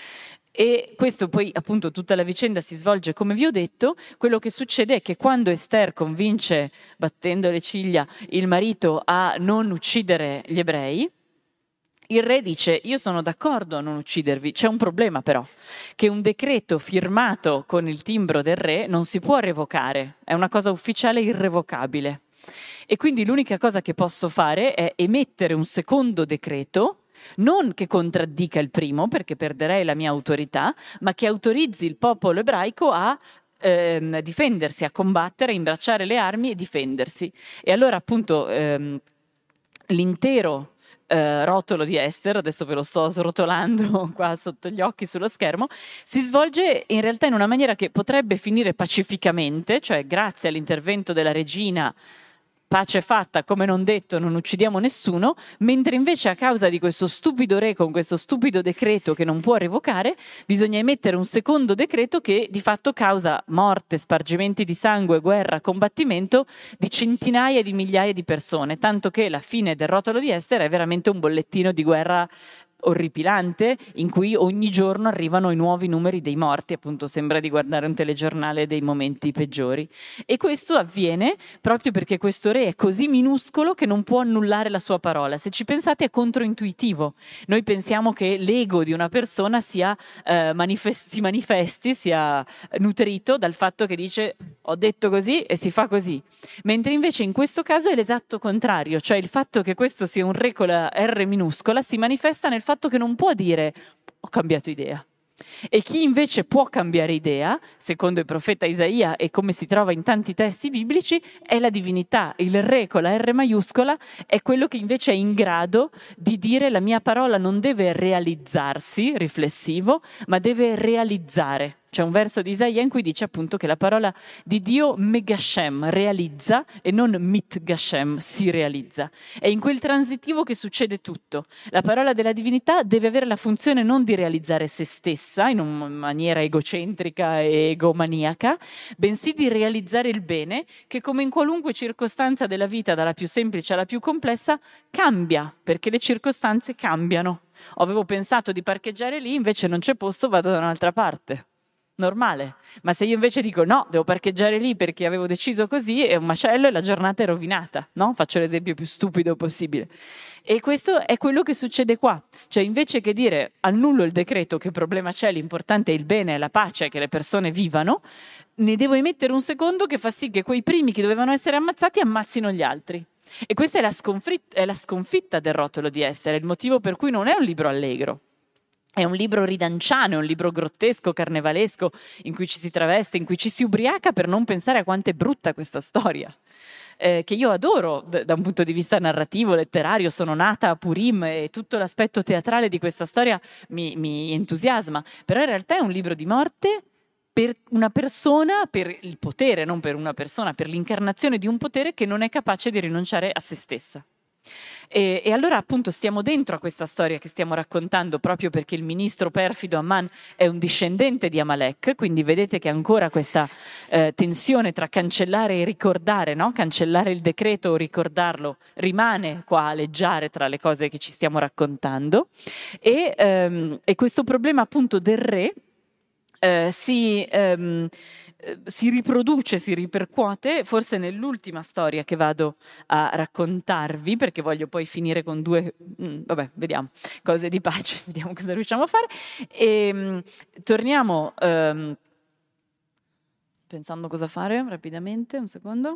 E questo poi, appunto, tutta la vicenda si svolge come vi ho detto. Quello che succede è che quando Ester convince, battendo le ciglia, il marito a non uccidere gli ebrei, il re dice: io sono d'accordo a non uccidervi, c'è un problema però, che un decreto firmato con il timbro del re non si può revocare, è una cosa ufficiale irrevocabile. E quindi l'unica cosa che posso fare è emettere un secondo decreto, non che contraddica il primo, perché perderei la mia autorità, ma che autorizzi il popolo ebraico a difendersi, a combattere, a imbracciare le armi e difendersi. E allora appunto l'intero rotolo di Ester, adesso ve lo sto srotolando qua sotto gli occhi sullo schermo, si svolge in realtà in una maniera che potrebbe finire pacificamente, cioè grazie all'intervento della regina, pace fatta, come non detto, non uccidiamo nessuno, mentre invece a causa di questo stupido re con questo stupido decreto che non può revocare, bisogna emettere un secondo decreto che di fatto causa morte, spargimenti di sangue, guerra, combattimento di centinaia di migliaia di persone, tanto che la fine del rotolo di Ester è veramente un bollettino di guerra orripilante, in cui ogni giorno arrivano i nuovi numeri dei morti, appunto sembra di guardare un telegiornale dei momenti peggiori. E questo avviene proprio perché questo re è così minuscolo che non può annullare la sua parola. Se ci pensate è controintuitivo. Noi pensiamo che l'ego di una persona si manifesti, sia nutrito dal fatto che dice: ho detto così e si fa così. Mentre invece in questo caso è l'esatto contrario, cioè il fatto che questo sia un re con la R minuscola si manifesta nel fatto che non può dire: ho cambiato idea. E chi invece può cambiare idea, secondo il profeta Isaia e come si trova in tanti testi biblici, è la divinità. Il re con la R maiuscola è quello che invece è in grado di dire: la mia parola non deve realizzarsi, riflessivo, ma deve realizzare. C'è un verso di Isaia in cui dice appunto che la parola di Dio megashem, realizza, e non mitgashem, si realizza. È in quel transitivo che succede tutto. La parola della divinità deve avere la funzione non di realizzare se stessa in una maniera egocentrica e egomaniaca, bensì di realizzare il bene che, come in qualunque circostanza della vita, dalla più semplice alla più complessa, cambia, perché le circostanze cambiano. Avevo pensato di parcheggiare lì, invece non c'è posto, vado da un'altra parte. Normale, ma se io invece dico no, devo parcheggiare lì perché avevo deciso così, è un macello e la giornata è rovinata, no? Faccio l'esempio più stupido possibile. E questo è quello che succede qua, cioè invece che dire annullo il decreto, che problema c'è, l'importante è il bene e la pace, che le persone vivano, ne devo emettere un secondo che fa sì che quei primi che dovevano essere ammazzati ammazzino gli altri. E questa è la sconfitta del rotolo di Ester, è il motivo per cui non è un libro allegro. È un libro ridanciano, è un libro grottesco, carnevalesco, in cui ci si traveste, in cui ci si ubriaca per non pensare a quanto è brutta questa storia. che io adoro da un punto di vista narrativo, letterario. Sono nata a Purim e tutto l'aspetto teatrale di questa storia mi entusiasma, però in realtà è un libro di morte per una persona, per il potere, non per una persona, per l'incarnazione di un potere che non è capace di rinunciare a se stessa. E allora appunto stiamo dentro a questa storia che stiamo raccontando, proprio perché il ministro perfido Amman è un discendente di Amalek, quindi vedete che ancora questa tensione tra cancellare e ricordare, no? Cancellare il decreto o ricordarlo rimane qua a aleggiare tra le cose che ci stiamo raccontando, e questo problema appunto del re si riproduce, si ripercuote forse nell'ultima storia che vado a raccontarvi, perché voglio poi finire con due, vediamo, cose di pace, vediamo cosa riusciamo a fare. E torniamo, pensando cosa fare rapidamente, un secondo.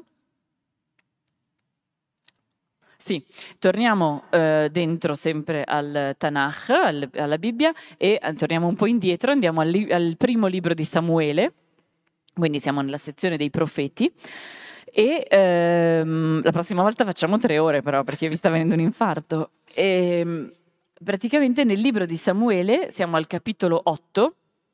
Sì, torniamo dentro sempre al Tanakh, alla Bibbia, e torniamo un po' indietro, andiamo al primo libro di Samuele, quindi siamo nella sezione dei profeti, e la prossima volta facciamo 3 ore però, perché mi sta venendo un infarto. E, praticamente nel libro di Samuele siamo al capitolo 8,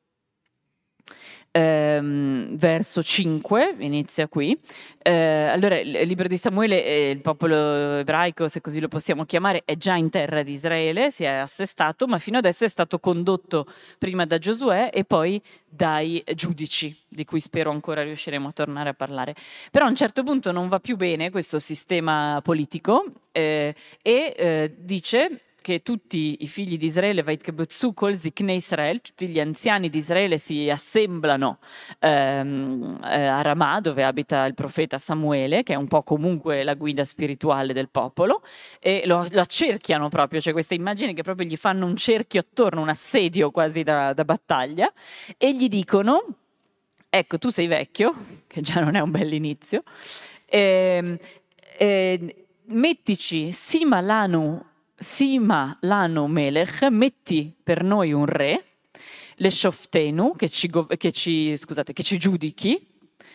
verso 5, inizia qui. Allora il libro di Samuele, il popolo ebraico, se così lo possiamo chiamare, è già in terra di Israele, si è assestato, ma fino adesso è stato condotto prima da Giosuè e poi dai giudici, di cui spero ancora riusciremo a tornare a parlare. Però a un certo punto non va più bene questo sistema politico, e dice che tutti i figli di Israele, tutti gli anziani di Israele si assemblano a Ramà, dove abita il profeta Samuele, che è un po' comunque la guida spirituale del popolo, e lo accerchiano proprio, c'è questa immagine che proprio gli fanno un cerchio attorno, un assedio quasi da battaglia, e gli dicono: ecco, tu sei vecchio, che già non è un bell'inizio, mettici Sima lanu melech, metti per noi un re, le shoftenu, che ci giudichi,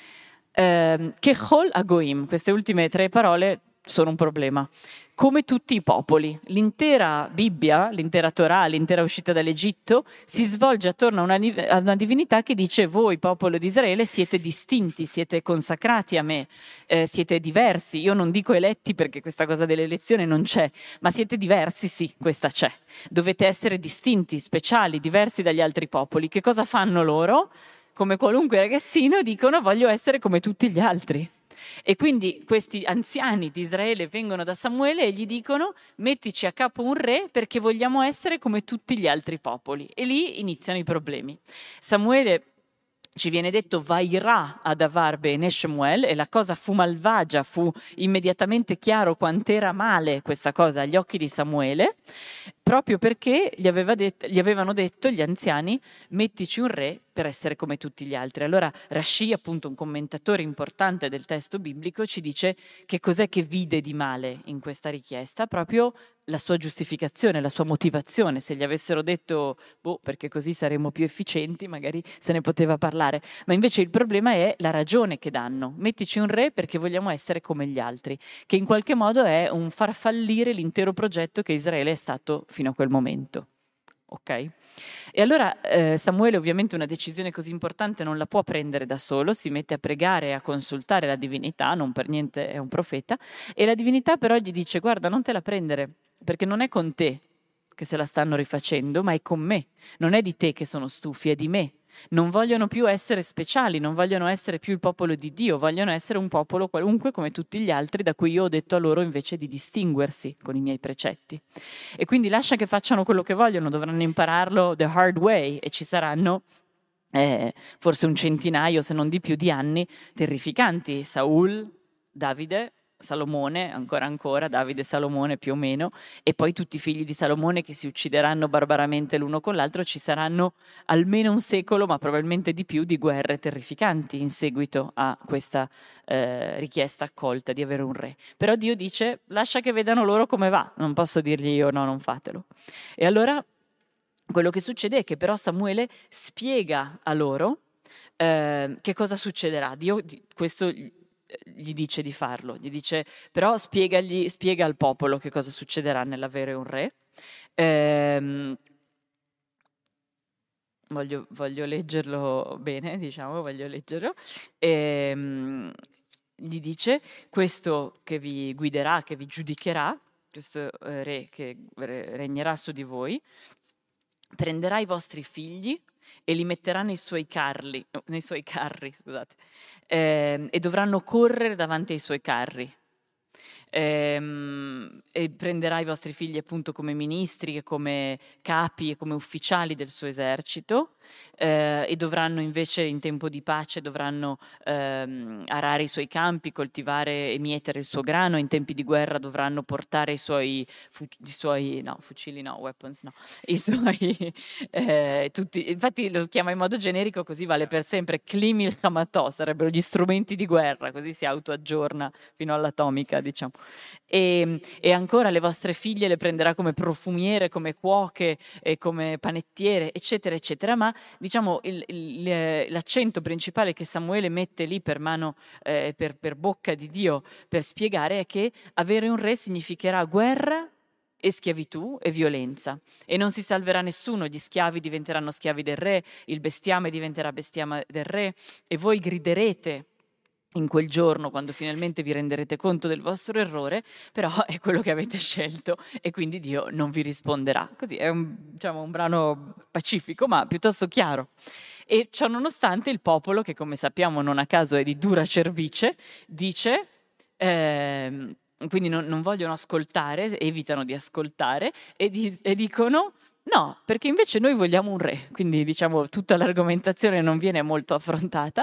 kechol agoim. Queste ultime 3 parole sono un problema. Come tutti i popoli, l'intera Bibbia, l'intera Torah, l'intera uscita dall'Egitto si svolge attorno a una divinità che dice: voi, popolo di Israele, siete distinti, siete consacrati a me, siete diversi. Io non dico eletti perché questa cosa dell'elezione non c'è, ma siete diversi, sì, questa c'è. Dovete essere distinti, speciali, diversi dagli altri popoli. Che cosa fanno loro? Come qualunque ragazzino dicono: voglio essere come tutti gli altri. E quindi questi anziani di Israele vengono da Samuele e gli dicono: mettici a capo un re perché vogliamo essere come tutti gli altri popoli. E lì iniziano i problemi. Samuele, ci viene detto, vairà ad Avar bene Shemuel, e la cosa fu malvagia, fu immediatamente chiaro quant'era male questa cosa agli occhi di Samuele, proprio perché gli avevano detto gli anziani: mettici un re per essere come tutti gli altri. Allora Rashi, appunto un commentatore importante del testo biblico, ci dice che cos'è che vide di male in questa richiesta, proprio la sua giustificazione, la sua motivazione. Se gli avessero detto perché così saremo più efficienti, magari se ne poteva parlare, ma invece il problema è la ragione che danno: mettici un re perché vogliamo essere come gli altri, che in qualche modo è un far fallire l'intero progetto che Israele è stato fino a quel momento. Ok? E allora Samuele, ovviamente, una decisione così importante non la può prendere da solo, si mette a pregare e a consultare la divinità, non per niente è un profeta, e la divinità però gli dice: guarda, non te la prendere, perché non è con te che se la stanno rifacendo, ma è con me. Non è di te che sono stufi, è di me. Non vogliono più essere speciali, non vogliono essere più il popolo di Dio, vogliono essere un popolo qualunque come tutti gli altri, da cui io ho detto a loro invece di distinguersi con i miei precetti. E quindi lascia che facciano quello che vogliono, dovranno impararlo the hard way, e ci saranno forse un centinaio, se non di più, di anni terrificanti. Saul, Davide, Salomone, ancora, Davide e Salomone più o meno, e poi tutti i figli di Salomone che si uccideranno barbaramente l'uno con l'altro. Ci saranno almeno un secolo, ma probabilmente di più, di guerre terrificanti in seguito a questa richiesta accolta di avere un re. Però Dio dice: lascia che vedano loro come va, non posso dirgli io no, non fatelo. E allora quello che succede è che però Samuele spiega a loro che cosa succederà. Dio questo gli dice di farlo, gli dice però spiega al popolo che cosa succederà nell'avere un re. Voglio leggerlo bene, diciamo, voglio leggerlo. Gli dice: questo che vi guiderà, che vi giudicherà, questo re che regnerà su di voi, prenderà i vostri figli e li metterà nei suoi carri, scusate, e dovranno correre davanti ai suoi carri. E prenderà i vostri figli appunto come ministri e come capi e come ufficiali del suo esercito, e dovranno invece in tempo di pace arare i suoi campi, coltivare e mietere il suo grano, in tempi di guerra dovranno portare i suoi tutti, infatti lo chiama in modo generico, così vale per sempre, Klimil Hamatò, sarebbero gli strumenti di guerra, così si autoaggiorna fino all'atomica, diciamo. E ancora le vostre figlie le prenderà come profumiere, come cuoche e come panettiere, eccetera, eccetera. Ma diciamo l'accento principale che Samuele mette lì per mano, per bocca di Dio, per spiegare è che avere un re significherà guerra e schiavitù e violenza, e non si salverà nessuno, gli schiavi diventeranno schiavi del re, il bestiame diventerà bestiame del re, e voi griderete in quel giorno, quando finalmente vi renderete conto del vostro errore, però è quello che avete scelto e quindi Dio non vi risponderà. Così è un brano pacifico ma piuttosto chiaro. E ciò nonostante il popolo, che come sappiamo non a caso è di dura cervice, dice... quindi non vogliono ascoltare, evitano di ascoltare e dicono no, perché invece noi vogliamo un re. Quindi diciamo tutta l'argomentazione non viene molto affrontata.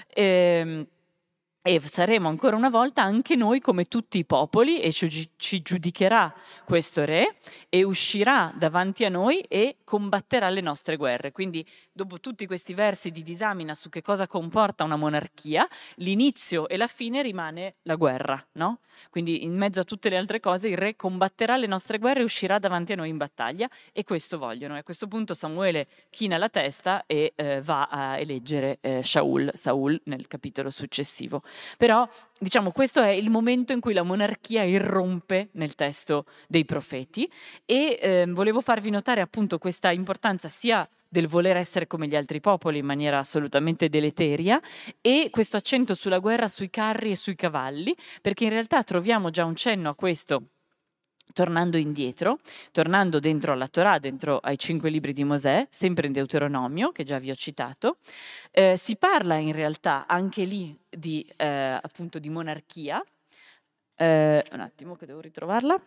E saremo ancora una volta anche noi come tutti i popoli, e ci giudicherà questo re e uscirà davanti a noi e combatterà le nostre guerre. Quindi dopo tutti questi versi di disamina su che cosa comporta una monarchia, l'inizio e la fine rimane la guerra, no? Quindi in mezzo a tutte le altre cose il re combatterà le nostre guerre e uscirà davanti a noi in battaglia, e questo vogliono. E a questo punto Samuele china la testa e va a eleggere Saul nel capitolo successivo. Però, diciamo, questo è il momento in cui la monarchia irrompe nel testo dei profeti, e volevo farvi notare appunto questa importanza sia del voler essere come gli altri popoli in maniera assolutamente deleteria, e questo accento sulla guerra sui carri e sui cavalli, perché in realtà troviamo già un cenno a questo tornando indietro, tornando dentro alla Torah, dentro ai 5 libri di Mosè, sempre in Deuteronomio, che già vi ho citato. Si parla in realtà anche lì di appunto di monarchia. Un attimo che devo ritrovarla.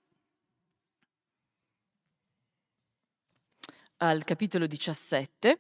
Al capitolo 17,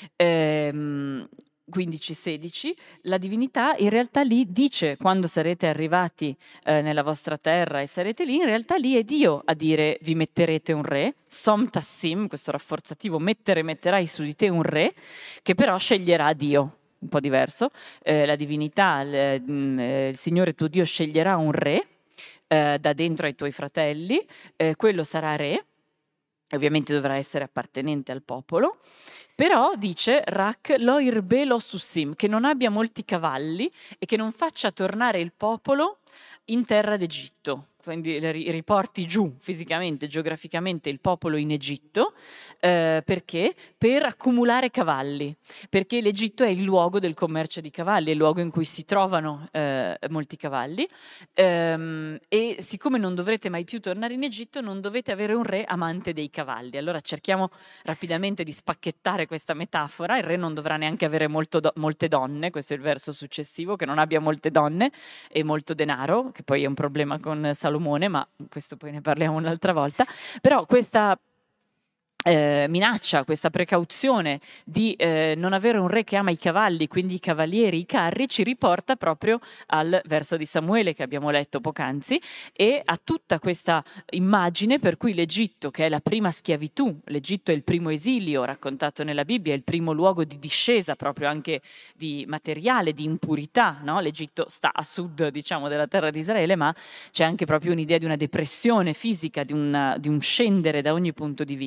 15-16, la divinità in realtà lì dice, quando sarete arrivati nella vostra terra e sarete lì, in realtà lì è Dio a dire vi metterete un re, som tassim, questo rafforzativo, metterai su di te un re, che però sceglierà Dio. Un po' diverso, la divinità, il Signore tuo Dio sceglierà un re da dentro ai tuoi fratelli, quello sarà re, ovviamente dovrà essere appartenente al popolo, però dice Rak lo irbe lo sussim, che non abbia molti cavalli e che non faccia tornare il popolo in terra d'Egitto, quindi riporti giù fisicamente, geograficamente il popolo in Egitto, perché? Per accumulare cavalli, perché l'Egitto è il luogo del commercio di cavalli, è il luogo in cui si trovano molti cavalli, e siccome non dovrete mai più tornare in Egitto, non dovete avere un re amante dei cavalli. Allora cerchiamo rapidamente di spacchettare questa metafora. Il re non dovrà neanche avere molte donne, questo è il verso successivo, che non abbia molte donne e molto denaro, che poi è un problema con Salomone, ma questo poi ne parliamo un'altra volta. Però questa minaccia, questa precauzione di non avere un re che ama i cavalli, quindi i cavalieri, i carri, ci riporta proprio al verso di Samuele che abbiamo letto poc'anzi, e a tutta questa immagine per cui l'Egitto, che è la prima schiavitù, l'Egitto è il primo esilio raccontato nella Bibbia, è il primo luogo di discesa proprio anche di materiale, di impurità, no? L'Egitto sta a sud, diciamo, della terra di Israele, ma c'è anche proprio un'idea di una depressione fisica, di un scendere da ogni punto di vista.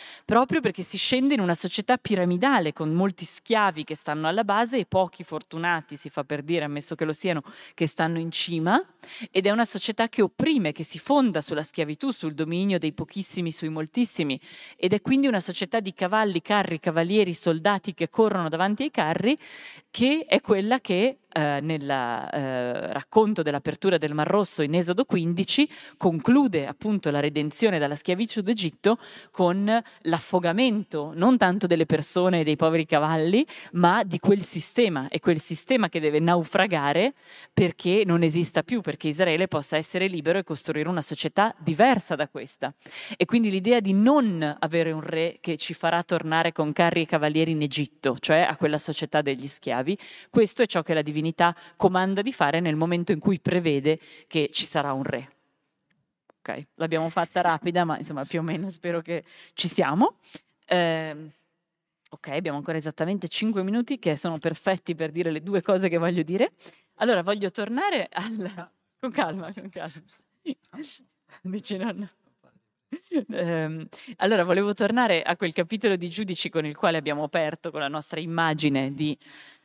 proprio perché si scende in una società piramidale con molti schiavi che stanno alla base e pochi fortunati, si fa per dire, ammesso che lo siano, che stanno in cima, ed è una società che opprime, che si fonda sulla schiavitù, sul dominio dei pochissimi sui moltissimi, ed è quindi una società di cavalli, carri, cavalieri, soldati che corrono davanti ai carri, che è quella che nel racconto dell'apertura del Mar Rosso in Esodo 15 conclude appunto la redenzione dalla schiavitù d'Egitto con l'affogamento non tanto delle persone e dei poveri cavalli, ma di quel sistema, è quel sistema che deve naufragare perché non esista più, perché Israele possa essere libero e costruire una società diversa da questa. E quindi l'idea di non avere un re che ci farà tornare con carri e cavalieri in Egitto, cioè a quella società degli schiavi, questo è ciò che la divinità comanda di fare nel momento in cui prevede che ci sarà un re. Ok, l'abbiamo fatta rapida, ma insomma più o meno spero che ci siamo. Ok, abbiamo ancora esattamente 5 minuti che sono perfetti per dire le due cose che voglio dire. Allora voglio tornare al... Con calma, con calma. Dici no. Allora volevo tornare a quel capitolo di Giudici con il quale abbiamo aperto, con la nostra immagine di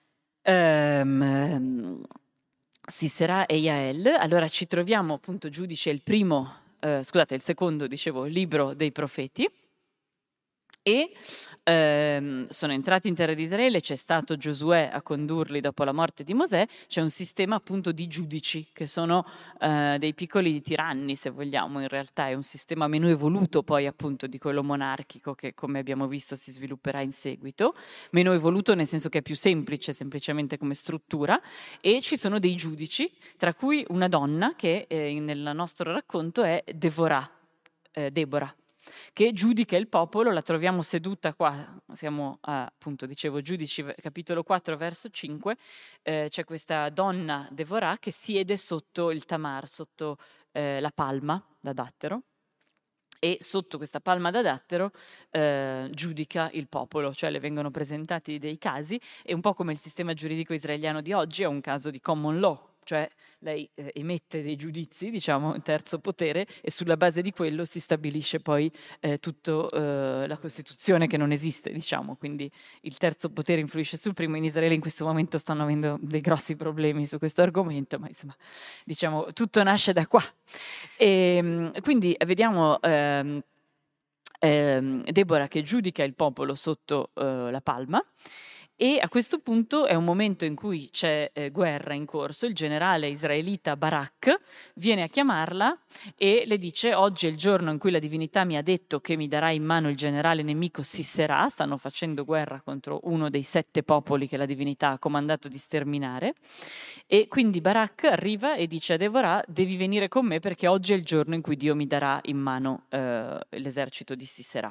Sisera e Jael. Allora ci troviamo appunto Giudice, il secondo, dicevo, libro dei profeti, e sono entrati in terra di Israele, c'è stato Giosuè a condurli dopo la morte di Mosè, c'è un sistema appunto di giudici che sono dei piccoli tiranni, se vogliamo, in realtà è un sistema meno evoluto poi appunto di quello monarchico che, come abbiamo visto, si svilupperà in seguito, meno evoluto nel senso che è più semplice semplicemente come struttura, e ci sono dei giudici, tra cui una donna che nel nostro racconto è Deborah, che giudica il popolo. La troviamo seduta qua, siamo appunto, dicevo, Giudici, capitolo 4, verso 5, c'è questa donna Deborah che siede sotto il tamar, sotto la palma da dattero, e sotto questa palma da dattero giudica il popolo, cioè le vengono presentati dei casi, e un po' come il sistema giuridico israeliano di oggi è un caso di common law, cioè lei emette dei giudizi, diciamo, un terzo potere, e sulla base di quello si stabilisce poi tutta la Costituzione, che non esiste, diciamo, quindi il terzo potere influisce sul primo. In Israele in questo momento stanno avendo dei grossi problemi su questo argomento, ma insomma, diciamo, tutto nasce da qua. E quindi vediamo Deborah che giudica il popolo sotto la palma, e a questo punto è un momento in cui c'è guerra in corso. Il generale israelita Barak viene a chiamarla e le dice: oggi è il giorno in cui la divinità mi ha detto che mi darà in mano il generale nemico Sisera. Stanno facendo guerra contro uno dei 7 popoli che la divinità ha comandato di sterminare, e quindi Barak arriva e dice a Deborah: devi venire con me perché oggi è il giorno in cui Dio mi darà in mano l'esercito di Sisera.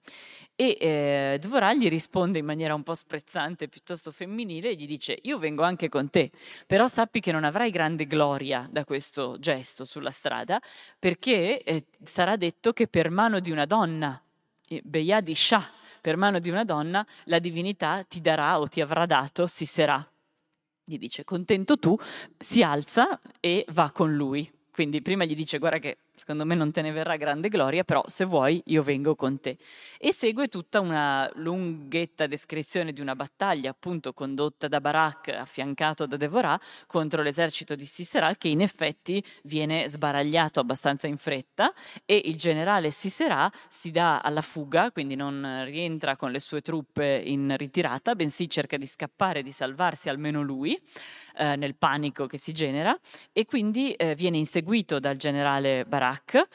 E Deborah gli risponde in maniera un po' sprezzante, piuttosto femminile, e gli dice: io vengo anche con te, però sappi che non avrai grande gloria da questo gesto sulla strada, perché sarà detto che per mano di una donna, Beyad Isha, per mano di una donna, la divinità ti darà o ti avrà dato Sisera. Gli dice: contento tu, si alza e va con lui. Quindi prima gli dice: guarda che secondo me non te ne verrà grande gloria, però se vuoi io vengo con te. E segue tutta una lunghetta descrizione di una battaglia appunto condotta da Barak, affiancato da Deborah, contro l'esercito di Sisera, che in effetti viene sbaragliato abbastanza in fretta, e il generale Sisera si dà alla fuga, quindi non rientra con le sue truppe in ritirata, bensì cerca di scappare, di salvarsi almeno lui, nel panico che si genera, e quindi viene inseguito dal generale Barak,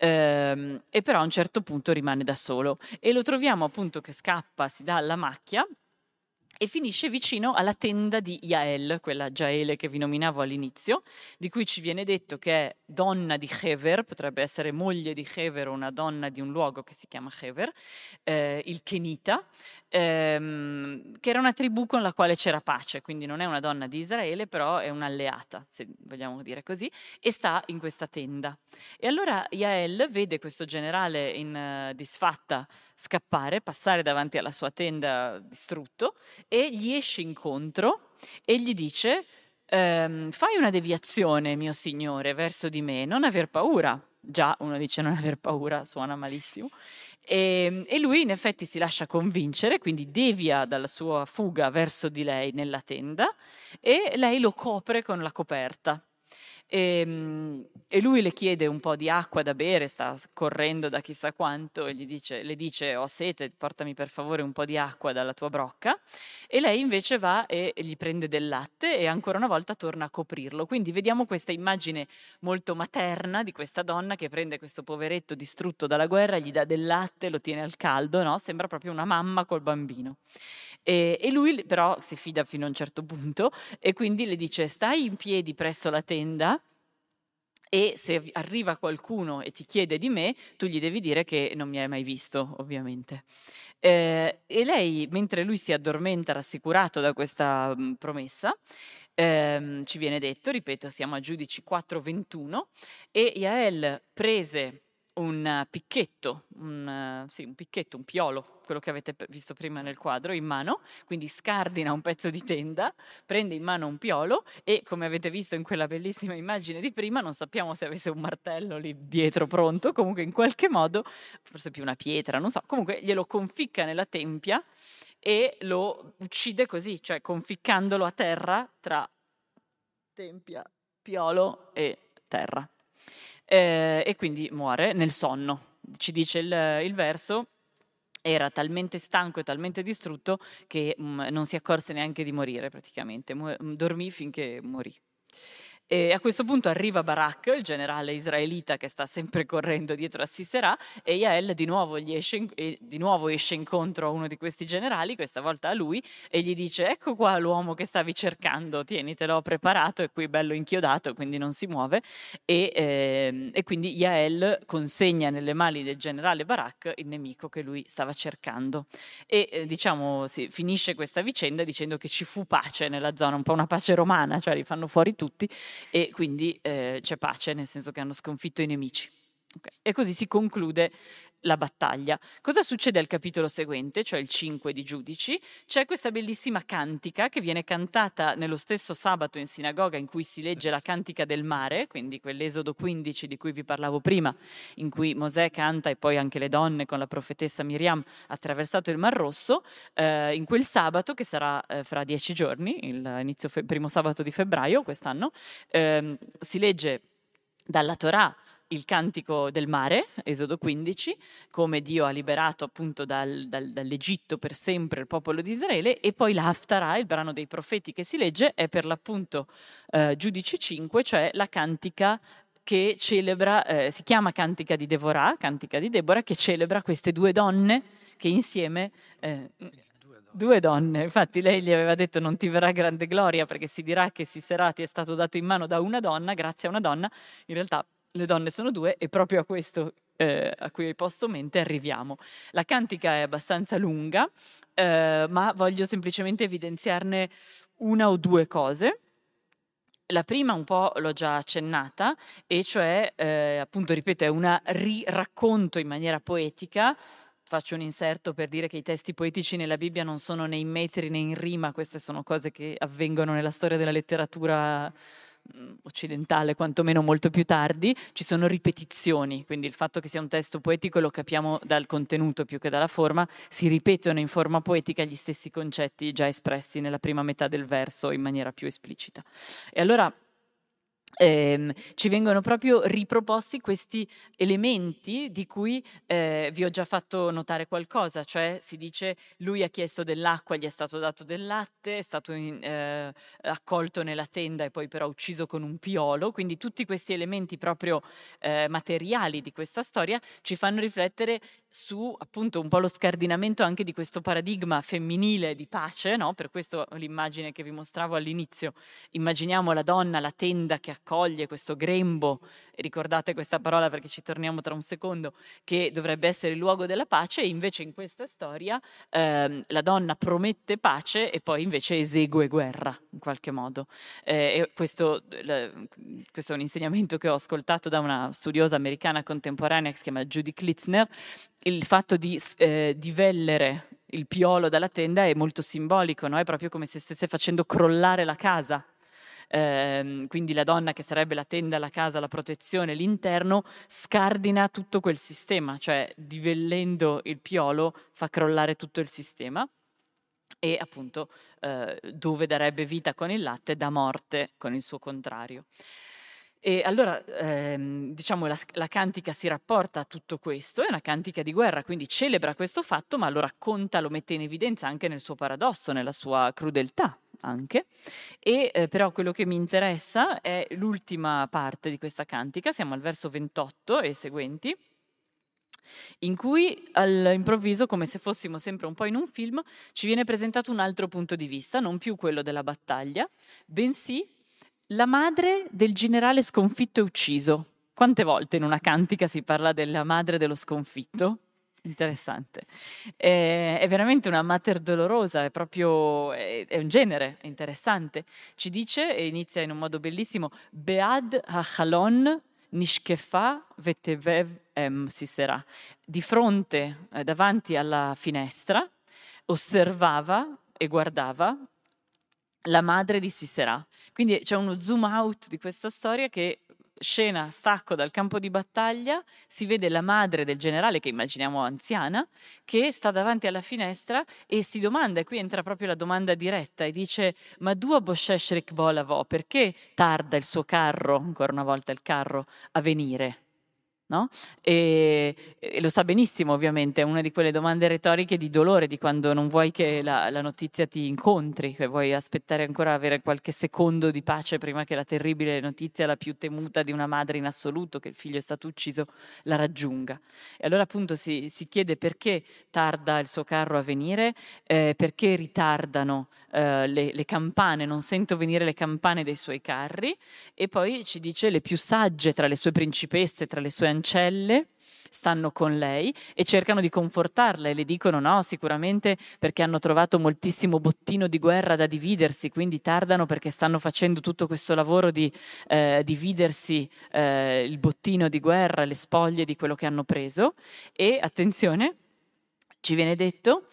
e però a un certo punto rimane da solo, e lo troviamo appunto che scappa, si dà alla macchia e finisce vicino alla tenda di Jael, quella Jaele che vi nominavo all'inizio, di cui ci viene detto che è donna di Hever, potrebbe essere moglie di Hever o una donna di un luogo che si chiama Hever, il Kenita, che era una tribù con la quale c'era pace, quindi non è una donna di Israele, però è un'alleata, se vogliamo dire così, e sta in questa tenda. E allora Jael vede questo generale in disfatta scappare, passare davanti alla sua tenda distrutto, e gli esce incontro e gli dice: fai una deviazione, mio signore, verso di me, non aver paura. Già, uno dice non aver paura, suona malissimo. E lui in effetti si lascia convincere, quindi devia dalla sua fuga verso di lei nella tenda e lei lo copre con la coperta. E lui le chiede un po' di acqua da bere, sta correndo da chissà quanto e le dice ho sete, portami per favore un po' di acqua dalla tua brocca, e lei invece va e gli prende del latte e ancora una volta torna a coprirlo. Quindi vediamo questa immagine molto materna di questa donna che prende questo poveretto distrutto dalla guerra, gli dà del latte, lo tiene al caldo, no? Sembra proprio una mamma col bambino. E lui però si fida fino a un certo punto e quindi le dice stai in piedi presso la tenda e se arriva qualcuno e ti chiede di me, tu gli devi dire che non mi hai mai visto, ovviamente. E lei, mentre lui si addormenta rassicurato da questa promessa, ci viene detto, ripeto, siamo a Giudici 4:21, e Jael prese un picchetto, un picchetto, un piolo, quello che avete visto prima nel quadro, in mano, quindi scardina un pezzo di tenda, prende in mano un piolo e, come avete visto in quella bellissima immagine di prima, non sappiamo se avesse un martello lì dietro pronto, comunque in qualche modo, forse più una pietra, non so, comunque glielo conficca nella tempia e lo uccide così, cioè conficcandolo a terra tra tempia, piolo e terra. E quindi muore nel sonno. Ci dice il verso, era talmente stanco e talmente distrutto che non si accorse neanche di morire praticamente, dormì finché morì. E a questo punto arriva Barak, il generale israelita che sta sempre correndo dietro a Sisera, e Jael di nuovo esce incontro a uno di questi generali, questa volta a lui, e gli dice ecco qua l'uomo che stavi cercando, tieni, te l'ho preparato, è qui bello inchiodato, quindi non si muove, e quindi Jael consegna nelle mani del generale Barak il nemico che lui stava cercando. E diciamo finisce questa vicenda dicendo che ci fu pace nella zona, un po' una pace romana, cioè li fanno fuori tutti, e quindi c'è pace, nel senso che hanno sconfitto i nemici. Okay. E così si conclude la battaglia. Cosa succede al capitolo seguente, cioè il 5 di Giudici? C'è questa bellissima cantica che viene cantata nello stesso sabato in sinagoga in cui si legge la cantica del mare, quindi quell'Esodo 15 di cui vi parlavo prima, in cui Mosè canta e poi anche le donne con la profetessa Miriam attraversato il Mar Rosso. In quel sabato, che sarà fra 10 giorni, il primo sabato di febbraio quest'anno, si legge dalla Torah il cantico del mare, Esodo 15, come Dio ha liberato appunto dall'Egitto per sempre il popolo di Israele, e poi l'Haftarah, il brano dei profeti che si legge, è per l'appunto Giudici 5, cioè la cantica che celebra, si chiama Cantica di Devorah, Cantica di Deborah, che celebra queste due donne che insieme... Due donne, infatti lei gli aveva detto non ti verrà grande gloria perché si dirà che Sisera ti è stato dato in mano da una donna, grazie a una donna, in realtà le donne sono due e proprio a questo a cui hai posto mente arriviamo. La cantica è abbastanza lunga, ma voglio semplicemente evidenziarne una o due cose. La prima un po' l'ho già accennata, e cioè appunto, ripeto, è un racconto in maniera poetica. Faccio un inserto per dire che i testi poetici nella Bibbia non sono né in metri né in rima, queste sono cose che avvengono nella storia della letteratura occidentale, quantomeno molto più tardi. Ci sono ripetizioni, quindi il fatto che sia un testo poetico lo capiamo dal contenuto più che dalla forma, si ripetono in forma poetica gli stessi concetti già espressi nella prima metà del verso in maniera più esplicita. E allora ci vengono proprio riproposti questi elementi di cui vi ho già fatto notare qualcosa, cioè si dice lui ha chiesto dell'acqua, gli è stato dato del latte, è stato accolto nella tenda e poi però ucciso con un piolo, quindi tutti questi elementi proprio materiali di questa storia ci fanno riflettere su appunto un po' lo scardinamento anche di questo paradigma femminile di pace, no? Per questo l'immagine che vi mostravo all'inizio, immaginiamo la donna, la tenda che accoglie questo grembo, ricordate questa parola perché ci torniamo tra un secondo, che dovrebbe essere il luogo della pace, e invece in questa storia la donna promette pace e poi invece esegue guerra in qualche modo. E questo è un insegnamento che ho ascoltato da una studiosa americana contemporanea che si chiama Judy Klitzner. Il fatto di vellere il piolo dalla tenda è molto simbolico, no? È proprio come se stesse facendo crollare la casa. quindi la donna che sarebbe la tenda, la casa, la protezione, l'interno, scardina tutto quel sistema, cioè divellendo il piolo fa crollare tutto il sistema e appunto dove darebbe vita con il latte dà morte con il suo contrario. E allora, diciamo, la cantica si rapporta a tutto questo, è una cantica di guerra, quindi celebra questo fatto, ma lo racconta, lo mette in evidenza anche nel suo paradosso, nella sua crudeltà anche. E però quello che mi interessa è l'ultima parte di questa cantica, siamo al verso 28 e seguenti, in cui all'improvviso, come se fossimo sempre un po' in un film, ci viene presentato un altro punto di vista, non più quello della battaglia, bensì la madre del generale sconfitto e ucciso. Quante volte in una cantica si parla della madre dello sconfitto? Interessante. È veramente una mater dolorosa, è proprio è un genere, è interessante. Ci dice, e inizia in un modo bellissimo, Bead hachalon nishkefa vetevev Sisera. Di fronte, davanti alla finestra, osservava e guardava la madre di Sisera. Quindi c'è uno zoom out di questa storia che scena, stacco dal campo di battaglia, si vede la madre del generale, che immaginiamo anziana, che sta davanti alla finestra e si domanda, e qui entra proprio la domanda diretta, e dice: ma Dua Boshesh Rikbolavò, perché tarda il suo carro, ancora una volta il carro, a venire? No? E lo sa benissimo, ovviamente, è una di quelle domande retoriche di dolore, di quando non vuoi che la notizia ti incontri, che vuoi aspettare ancora avere qualche secondo di pace prima che la terribile notizia, la più temuta di una madre in assoluto, che il figlio è stato ucciso, la raggiunga. E allora appunto si chiede tarda il suo carro a venire, perché ritardano le campane, non sento venire le campane dei suoi carri, e poi ci dice le più sagge tra le sue principesse, tra le sue ancelle, stanno con lei e cercano di confortarla e le dicono no, sicuramente perché hanno trovato moltissimo bottino di guerra da dividersi, quindi tardano perché stanno facendo tutto questo lavoro di dividersi il bottino di guerra, le spoglie di quello che hanno preso. E attenzione, ci viene detto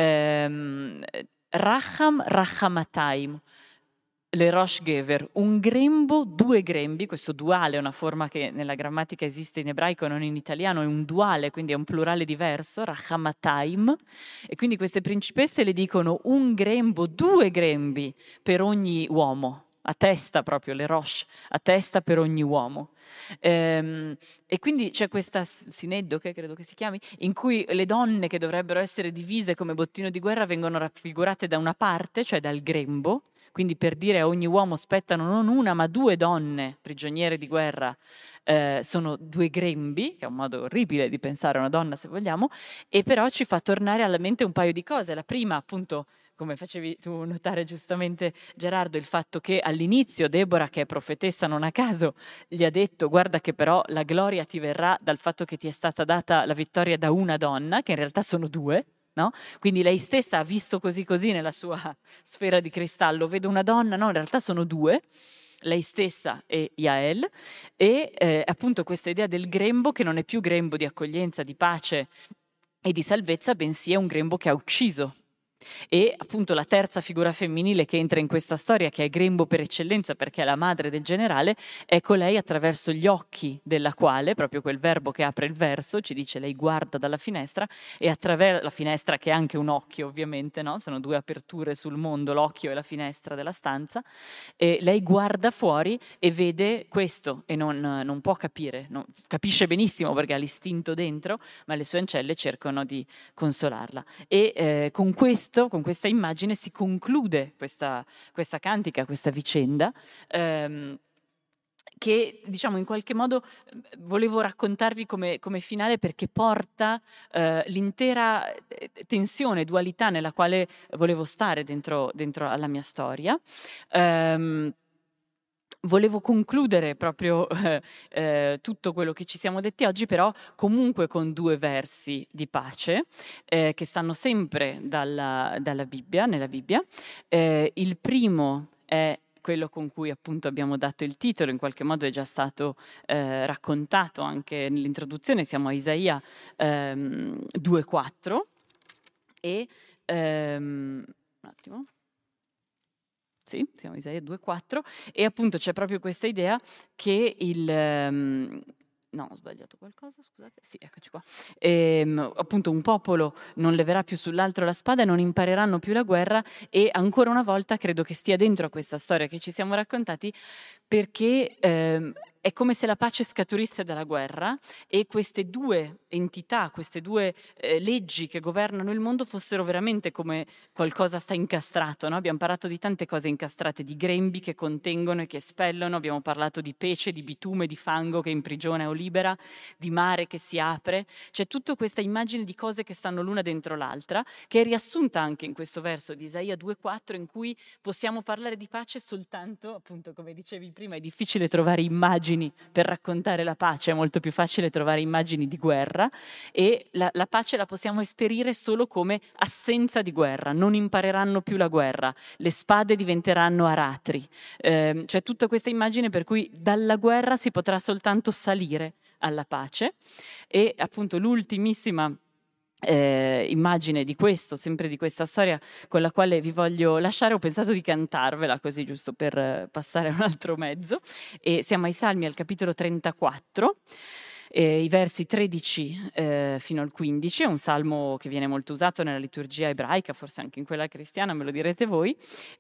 Racham Rachamataim, le Rosh Gever, un grembo, due grembi, questo duale è una forma che nella grammatica esiste in ebraico, non in italiano, è un duale, quindi è un plurale diverso, Rachamataim, e quindi queste principesse le dicono un grembo, due grembi per ogni uomo, a testa proprio, le Rosh, a testa per ogni uomo. E quindi c'è questa sineddoche, credo che si chiami, in cui le donne che dovrebbero essere divise come bottino di guerra vengono raffigurate da una parte, cioè dal grembo, quindi per dire a ogni uomo spettano non una ma due donne prigioniere di guerra, sono due grembi, che è un modo orribile di pensare a una donna se vogliamo, e però ci fa tornare alla mente un paio di cose. La prima appunto, come facevi tu notare giustamente Gerardo, il fatto che all'inizio Deborah, che è profetessa non a caso, gli ha detto guarda che però la gloria ti verrà dal fatto che ti è stata data la vittoria da una donna, che in realtà sono due. No? Quindi lei stessa ha visto così nella sua sfera di cristallo, vedo una donna, no, in realtà sono due, lei stessa e Yael, e appunto questa idea del grembo che non è più grembo di accoglienza, di pace e di salvezza, bensì è un grembo che ha ucciso. E appunto la terza figura femminile che entra in questa storia, che è grembo per eccellenza perché è la madre del generale, è colei attraverso gli occhi della quale, proprio quel verbo che apre il verso, ci dice lei guarda dalla finestra, e attraverso la finestra, che è anche un occhio ovviamente, no? Sono due aperture sul mondo, l'occhio e la finestra della stanza, e lei guarda fuori e vede questo e non può capire, capisce benissimo perché ha l'istinto dentro, ma le sue ancelle cercano di consolarla. E con questa immagine si conclude questa cantica, questa vicenda, che diciamo in qualche modo volevo raccontarvi come finale, perché porta l'intera tensione, dualità nella quale volevo stare dentro alla mia storia. Volevo concludere proprio tutto quello che ci siamo detti oggi, però comunque con due versi di pace che stanno sempre dalla Bibbia, nella Bibbia. Il primo è quello con cui appunto abbiamo dato il titolo, in qualche modo è già stato raccontato anche nell'introduzione, siamo a Isaia 2,4 e un attimo. Sì, siamo a Isaia 2,4 e appunto c'è proprio questa idea che no, ho sbagliato qualcosa, scusate. Sì, eccoci qua. Appunto un popolo non leverà più sull'altro la spada e non impareranno più la guerra e ancora una volta credo che stia dentro a questa storia che ci siamo raccontati perché è come se la pace scaturisse dalla guerra e queste due entità, queste due leggi che governano il mondo fossero veramente come qualcosa sta incastrato, no? Abbiamo parlato di tante cose incastrate, di grembi che contengono e che espellono, abbiamo parlato di pece, di bitume, di fango che imprigiona o libera, di mare che si apre, c'è tutta questa immagine di cose che stanno l'una dentro l'altra, che è riassunta anche in questo verso di Isaia 2,4 in cui possiamo parlare di pace soltanto, appunto come dicevi prima, è difficile trovare immagini per raccontare la pace, è molto più facile trovare immagini di guerra e la pace la possiamo esperire solo come assenza di guerra, non impareranno più la guerra, le spade diventeranno aratri. C'è tutta questa immagine per cui dalla guerra si potrà soltanto salire alla pace e appunto l'ultimissima immagine di questo, sempre di questa storia con la quale vi voglio lasciare, ho pensato di cantarvela così giusto per passare a un altro mezzo e siamo ai Salmi al capitolo 34 i versi 13 fino al 15, è un salmo che viene molto usato nella liturgia ebraica, forse anche in quella cristiana, me lo direte voi,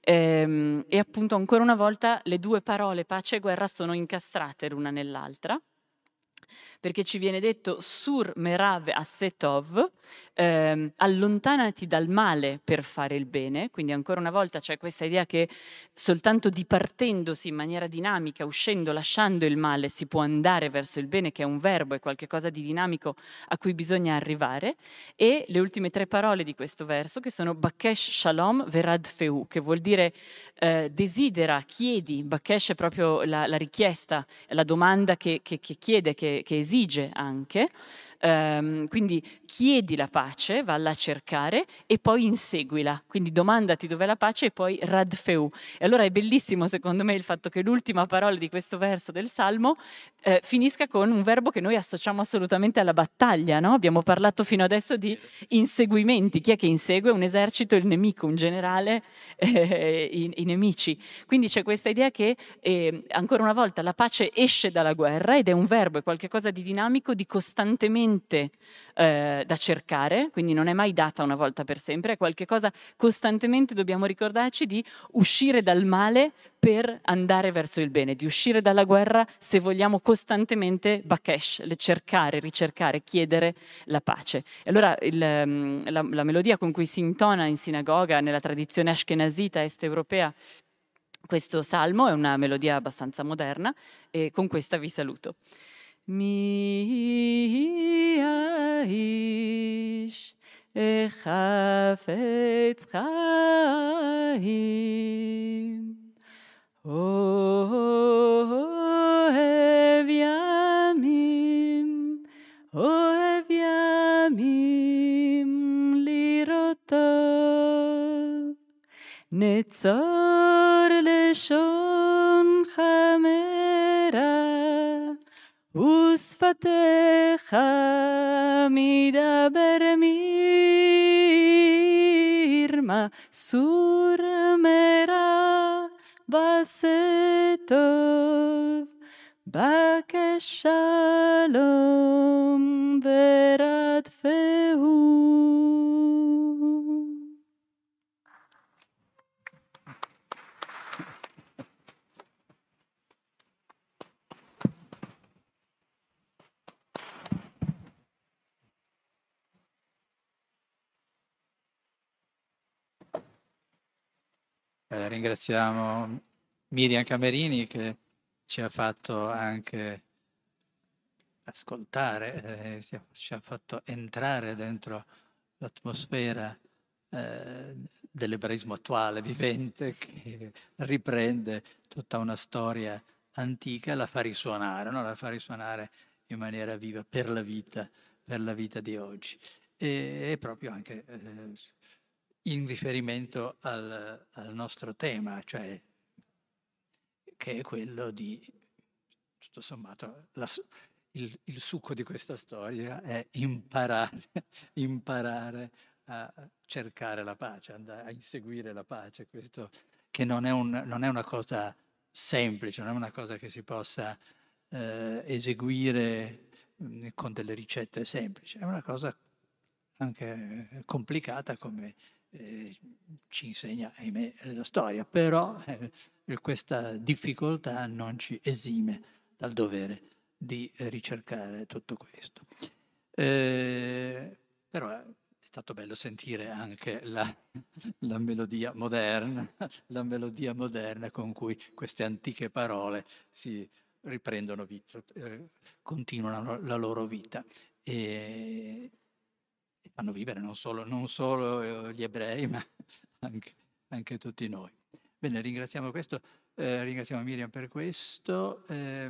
e appunto ancora una volta le due parole pace e guerra sono incastrate l'una nell'altra, perché ci viene detto sur merav assetov, allontanati dal male per fare il bene, quindi ancora una volta c'è questa idea che soltanto dipartendosi in maniera dinamica, uscendo, lasciando il male, si può andare verso il bene, che è un verbo, è qualcosa di dinamico a cui bisogna arrivare, e le ultime tre parole di questo verso che sono Bakesh Shalom Verad Feu, che vuol dire desidera, chiedi, Bakesh è proprio la richiesta, la domanda che chiede, che esige anche, quindi chiedi la pace, valla a cercare e poi inseguila, quindi domandati dov'è la pace e poi radfeu. E allora è bellissimo secondo me il fatto che l'ultima parola di questo verso del Salmo finisca con un verbo che noi associamo assolutamente alla battaglia, no? Abbiamo parlato fino adesso di inseguimenti, chi è che insegue? Un esercito, il nemico, un generale, i nemici. Quindi c'è questa idea che ancora una volta la pace esce dalla guerra ed è un verbo, è qualcosa di dinamico, di costantemente da cercare, quindi non è mai data una volta per sempre, è qualcosa costantemente dobbiamo ricordarci di uscire dal male per andare verso il bene, di uscire dalla guerra se vogliamo costantemente bakesh, cercare, ricercare, chiedere la pace. E allora la melodia con cui si intona in sinagoga, nella tradizione ashkenazita est europea, questo salmo è una melodia abbastanza moderna e con questa vi saluto. מי האיש החפץ חיים אוהב ימים לראותיו נצור לשון חמרה ושפתיך מדבר מרמה סור מרע ועשה טוב בקש שלום ורדפהו. Ringraziamo Miriam Camerini che ci ha fatto anche ascoltare, ci ha fatto entrare dentro l'atmosfera dell'ebraismo attuale, vivente, che riprende tutta una storia antica e la fa risuonare, no? La fa risuonare in maniera viva per la vita di oggi. E proprio anche in riferimento al nostro tema, cioè che è quello di, tutto sommato, il succo di questa storia è imparare a cercare la pace, andare a inseguire la pace. Questo che non è una cosa semplice, non è una cosa che si possa eseguire con delle ricette semplici, è una cosa anche complicata come ci insegna, ahimè, la storia, però questa difficoltà non ci esime dal dovere di ricercare tutto questo. Però è stato bello sentire anche la melodia moderna, la melodia moderna con cui queste antiche parole si riprendono vita, continuano la loro vita e fanno vivere non solo gli ebrei, ma anche tutti noi. Bene, ringraziamo Miriam per questo.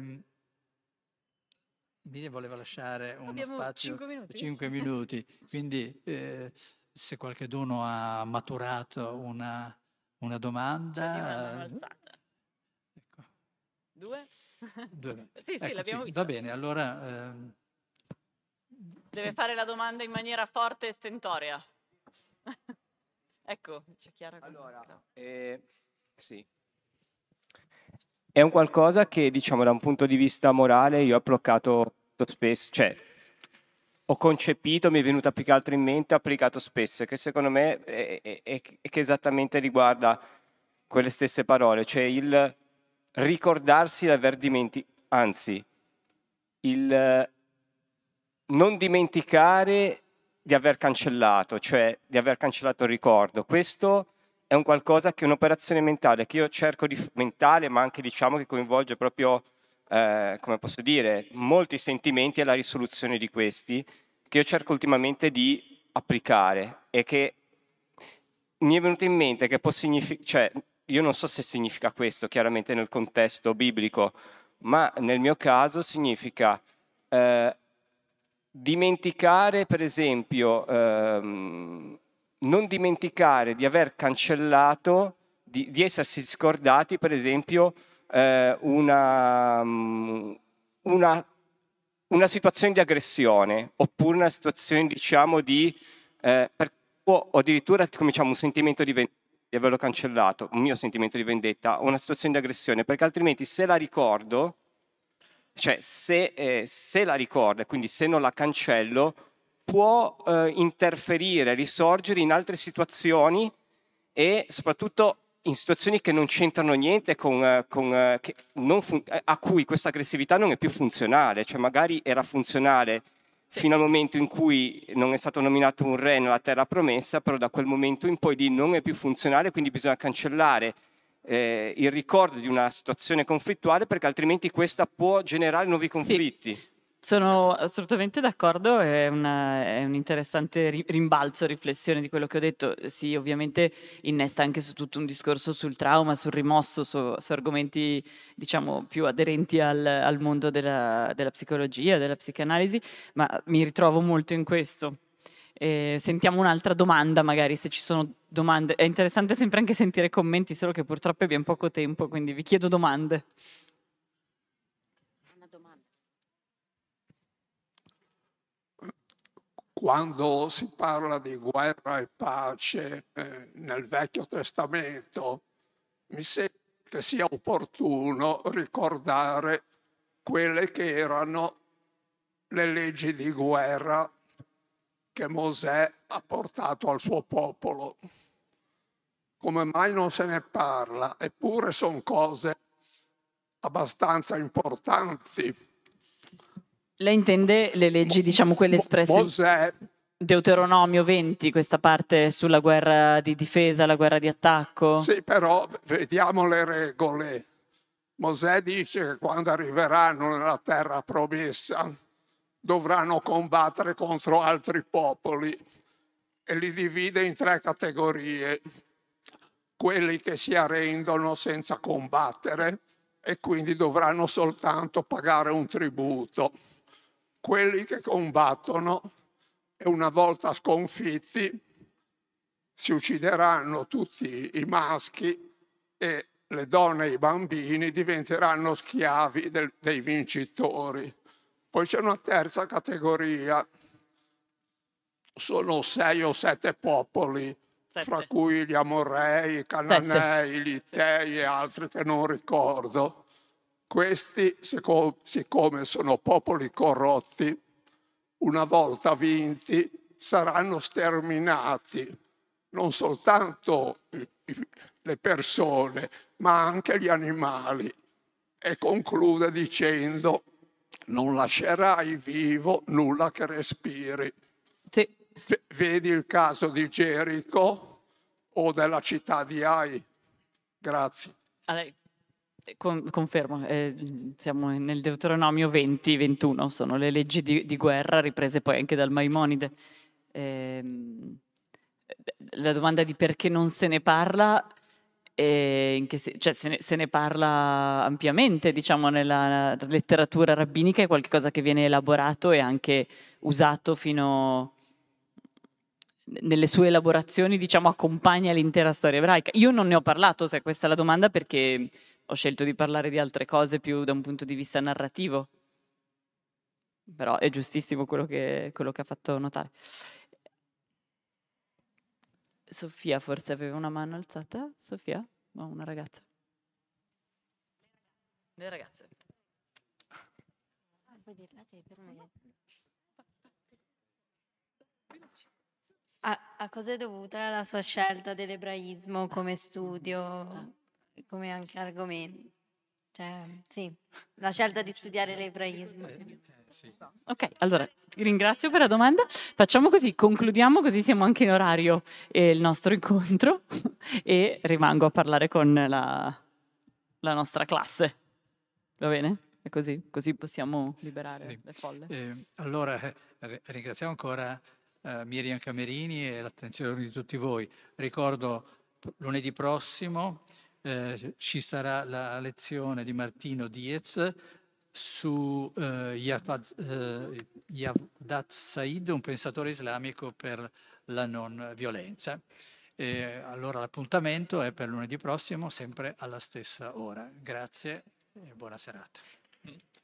Miriam voleva lasciare uno spazio 5 minuti, quindi se qualcuno ha maturato una domanda. C'è una mano alzata. Ecco. Due? Sì, ecco, l'abbiamo vista. Va bene, allora... Deve fare la domanda in maniera forte e stentorea. Ecco, c'è Chiara. Allora, sì. È un qualcosa che, diciamo, da un punto di vista morale io ho applicato spesso, cioè ho concepito, mi è venuta più che altro in mente, ho applicato spesso, che secondo me è che esattamente riguarda quelle stesse parole, cioè il ricordarsi di aver dimenticato, anzi, il non dimenticare di aver cancellato, cioè di aver cancellato il ricordo. Questo è un qualcosa che è un'operazione mentale che io cerco di mentale, ma anche diciamo che coinvolge proprio, come posso dire, molti sentimenti e la risoluzione di questi, che io cerco ultimamente di applicare e che mi è venuto in mente che può significare, cioè io non so se significa questo chiaramente nel contesto biblico, ma nel mio caso significa dimenticare, per esempio, non dimenticare di aver cancellato, di essersi scordati, per esempio, una situazione di aggressione, oppure una situazione, diciamo, o addirittura cominciamo un sentimento di vendetta, di averlo cancellato, un mio sentimento di vendetta, o una situazione di aggressione, perché altrimenti se la ricordo, cioè se la ricordo e quindi se non la cancello, può interferire, risorgere in altre situazioni e soprattutto in situazioni che non c'entrano niente a cui questa aggressività non è più funzionale, cioè magari era funzionale fino al momento in cui non è stato nominato un re nella terra promessa, però da quel momento in poi non è più funzionale, quindi bisogna cancellare il ricordo di una situazione conflittuale, perché altrimenti questa può generare nuovi conflitti. Sì, sono assolutamente d'accordo, è un interessante rimbalzo, riflessione di quello che ho detto. Sì, ovviamente innesta anche su tutto un discorso sul trauma, sul rimosso, su argomenti diciamo più aderenti al mondo della psicologia, della psicanalisi, ma mi ritrovo molto in questo. Sentiamo un'altra domanda, magari se ci sono domande. È interessante sempre anche sentire commenti, solo che purtroppo abbiamo poco tempo, quindi vi chiedo domande. Una domanda. Quando si parla di guerra e pace nel Vecchio Testamento, mi sembra che sia opportuno ricordare quelle che erano le leggi di guerra che Mosè ha portato al suo popolo. Come mai non se ne parla? Eppure sono cose abbastanza importanti. Lei intende le leggi, diciamo quelle espresse Mosè, Deuteronomio 20, questa parte sulla guerra di difesa, la guerra di attacco? sì, però vediamo le regole. Mosè dice che quando arriveranno nella terra promessa dovranno combattere contro altri popoli e li divide in 3 categorie. Quelli che si arrendono senza combattere e quindi dovranno soltanto pagare un tributo. Quelli che combattono e una volta sconfitti si uccideranno tutti i maschi e le donne e i bambini diventeranno schiavi dei vincitori. Poi c'è una terza categoria, sono 6 o 7 popoli fra cui gli Amorrei, i Cananei, i Littei e altri che non ricordo. Questi, siccome sono popoli corrotti, una volta vinti, saranno sterminati, non soltanto le persone, ma anche gli animali. E conclude dicendo: non lascerai vivo nulla che respiri. Sì. Vedi il caso di Gerico o della città di Ai. Grazie. Confermo, siamo nel Deuteronomio 20-21, sono le leggi di guerra riprese poi anche dal Maimonide. La domanda di perché non se ne parla, cioè se ne parla ampiamente, diciamo, nella letteratura rabbinica, è qualcosa che viene elaborato e anche usato fino nelle sue elaborazioni, diciamo, accompagna l'intera storia ebraica. Io non ne ho parlato, se questa è la domanda, perché ho scelto di parlare di altre cose più da un punto di vista narrativo. Però è giustissimo quello che ha fatto notare. Sofia forse aveva una mano alzata? Sofia? No, una ragazza. Le ragazze. Puoi dirla te per me. A cosa è dovuta la sua scelta dell'ebraismo come studio, come anche argomento? Cioè, sì, la scelta di studiare l'ebraismo. Ok, allora ti ringrazio per la domanda. Facciamo così, concludiamo così siamo anche in orario il nostro incontro e rimango a parlare con la nostra classe. Va bene? È così? Così possiamo liberare le folle. Allora ringraziamo ancora Miriam Camerini e l'attenzione di tutti voi. Ricordo lunedì prossimo ci sarà la lezione di Martino Diez su Yavdat Said, un pensatore islamico per la non violenza. Allora l'appuntamento è per lunedì prossimo, sempre alla stessa ora. Grazie e buona serata.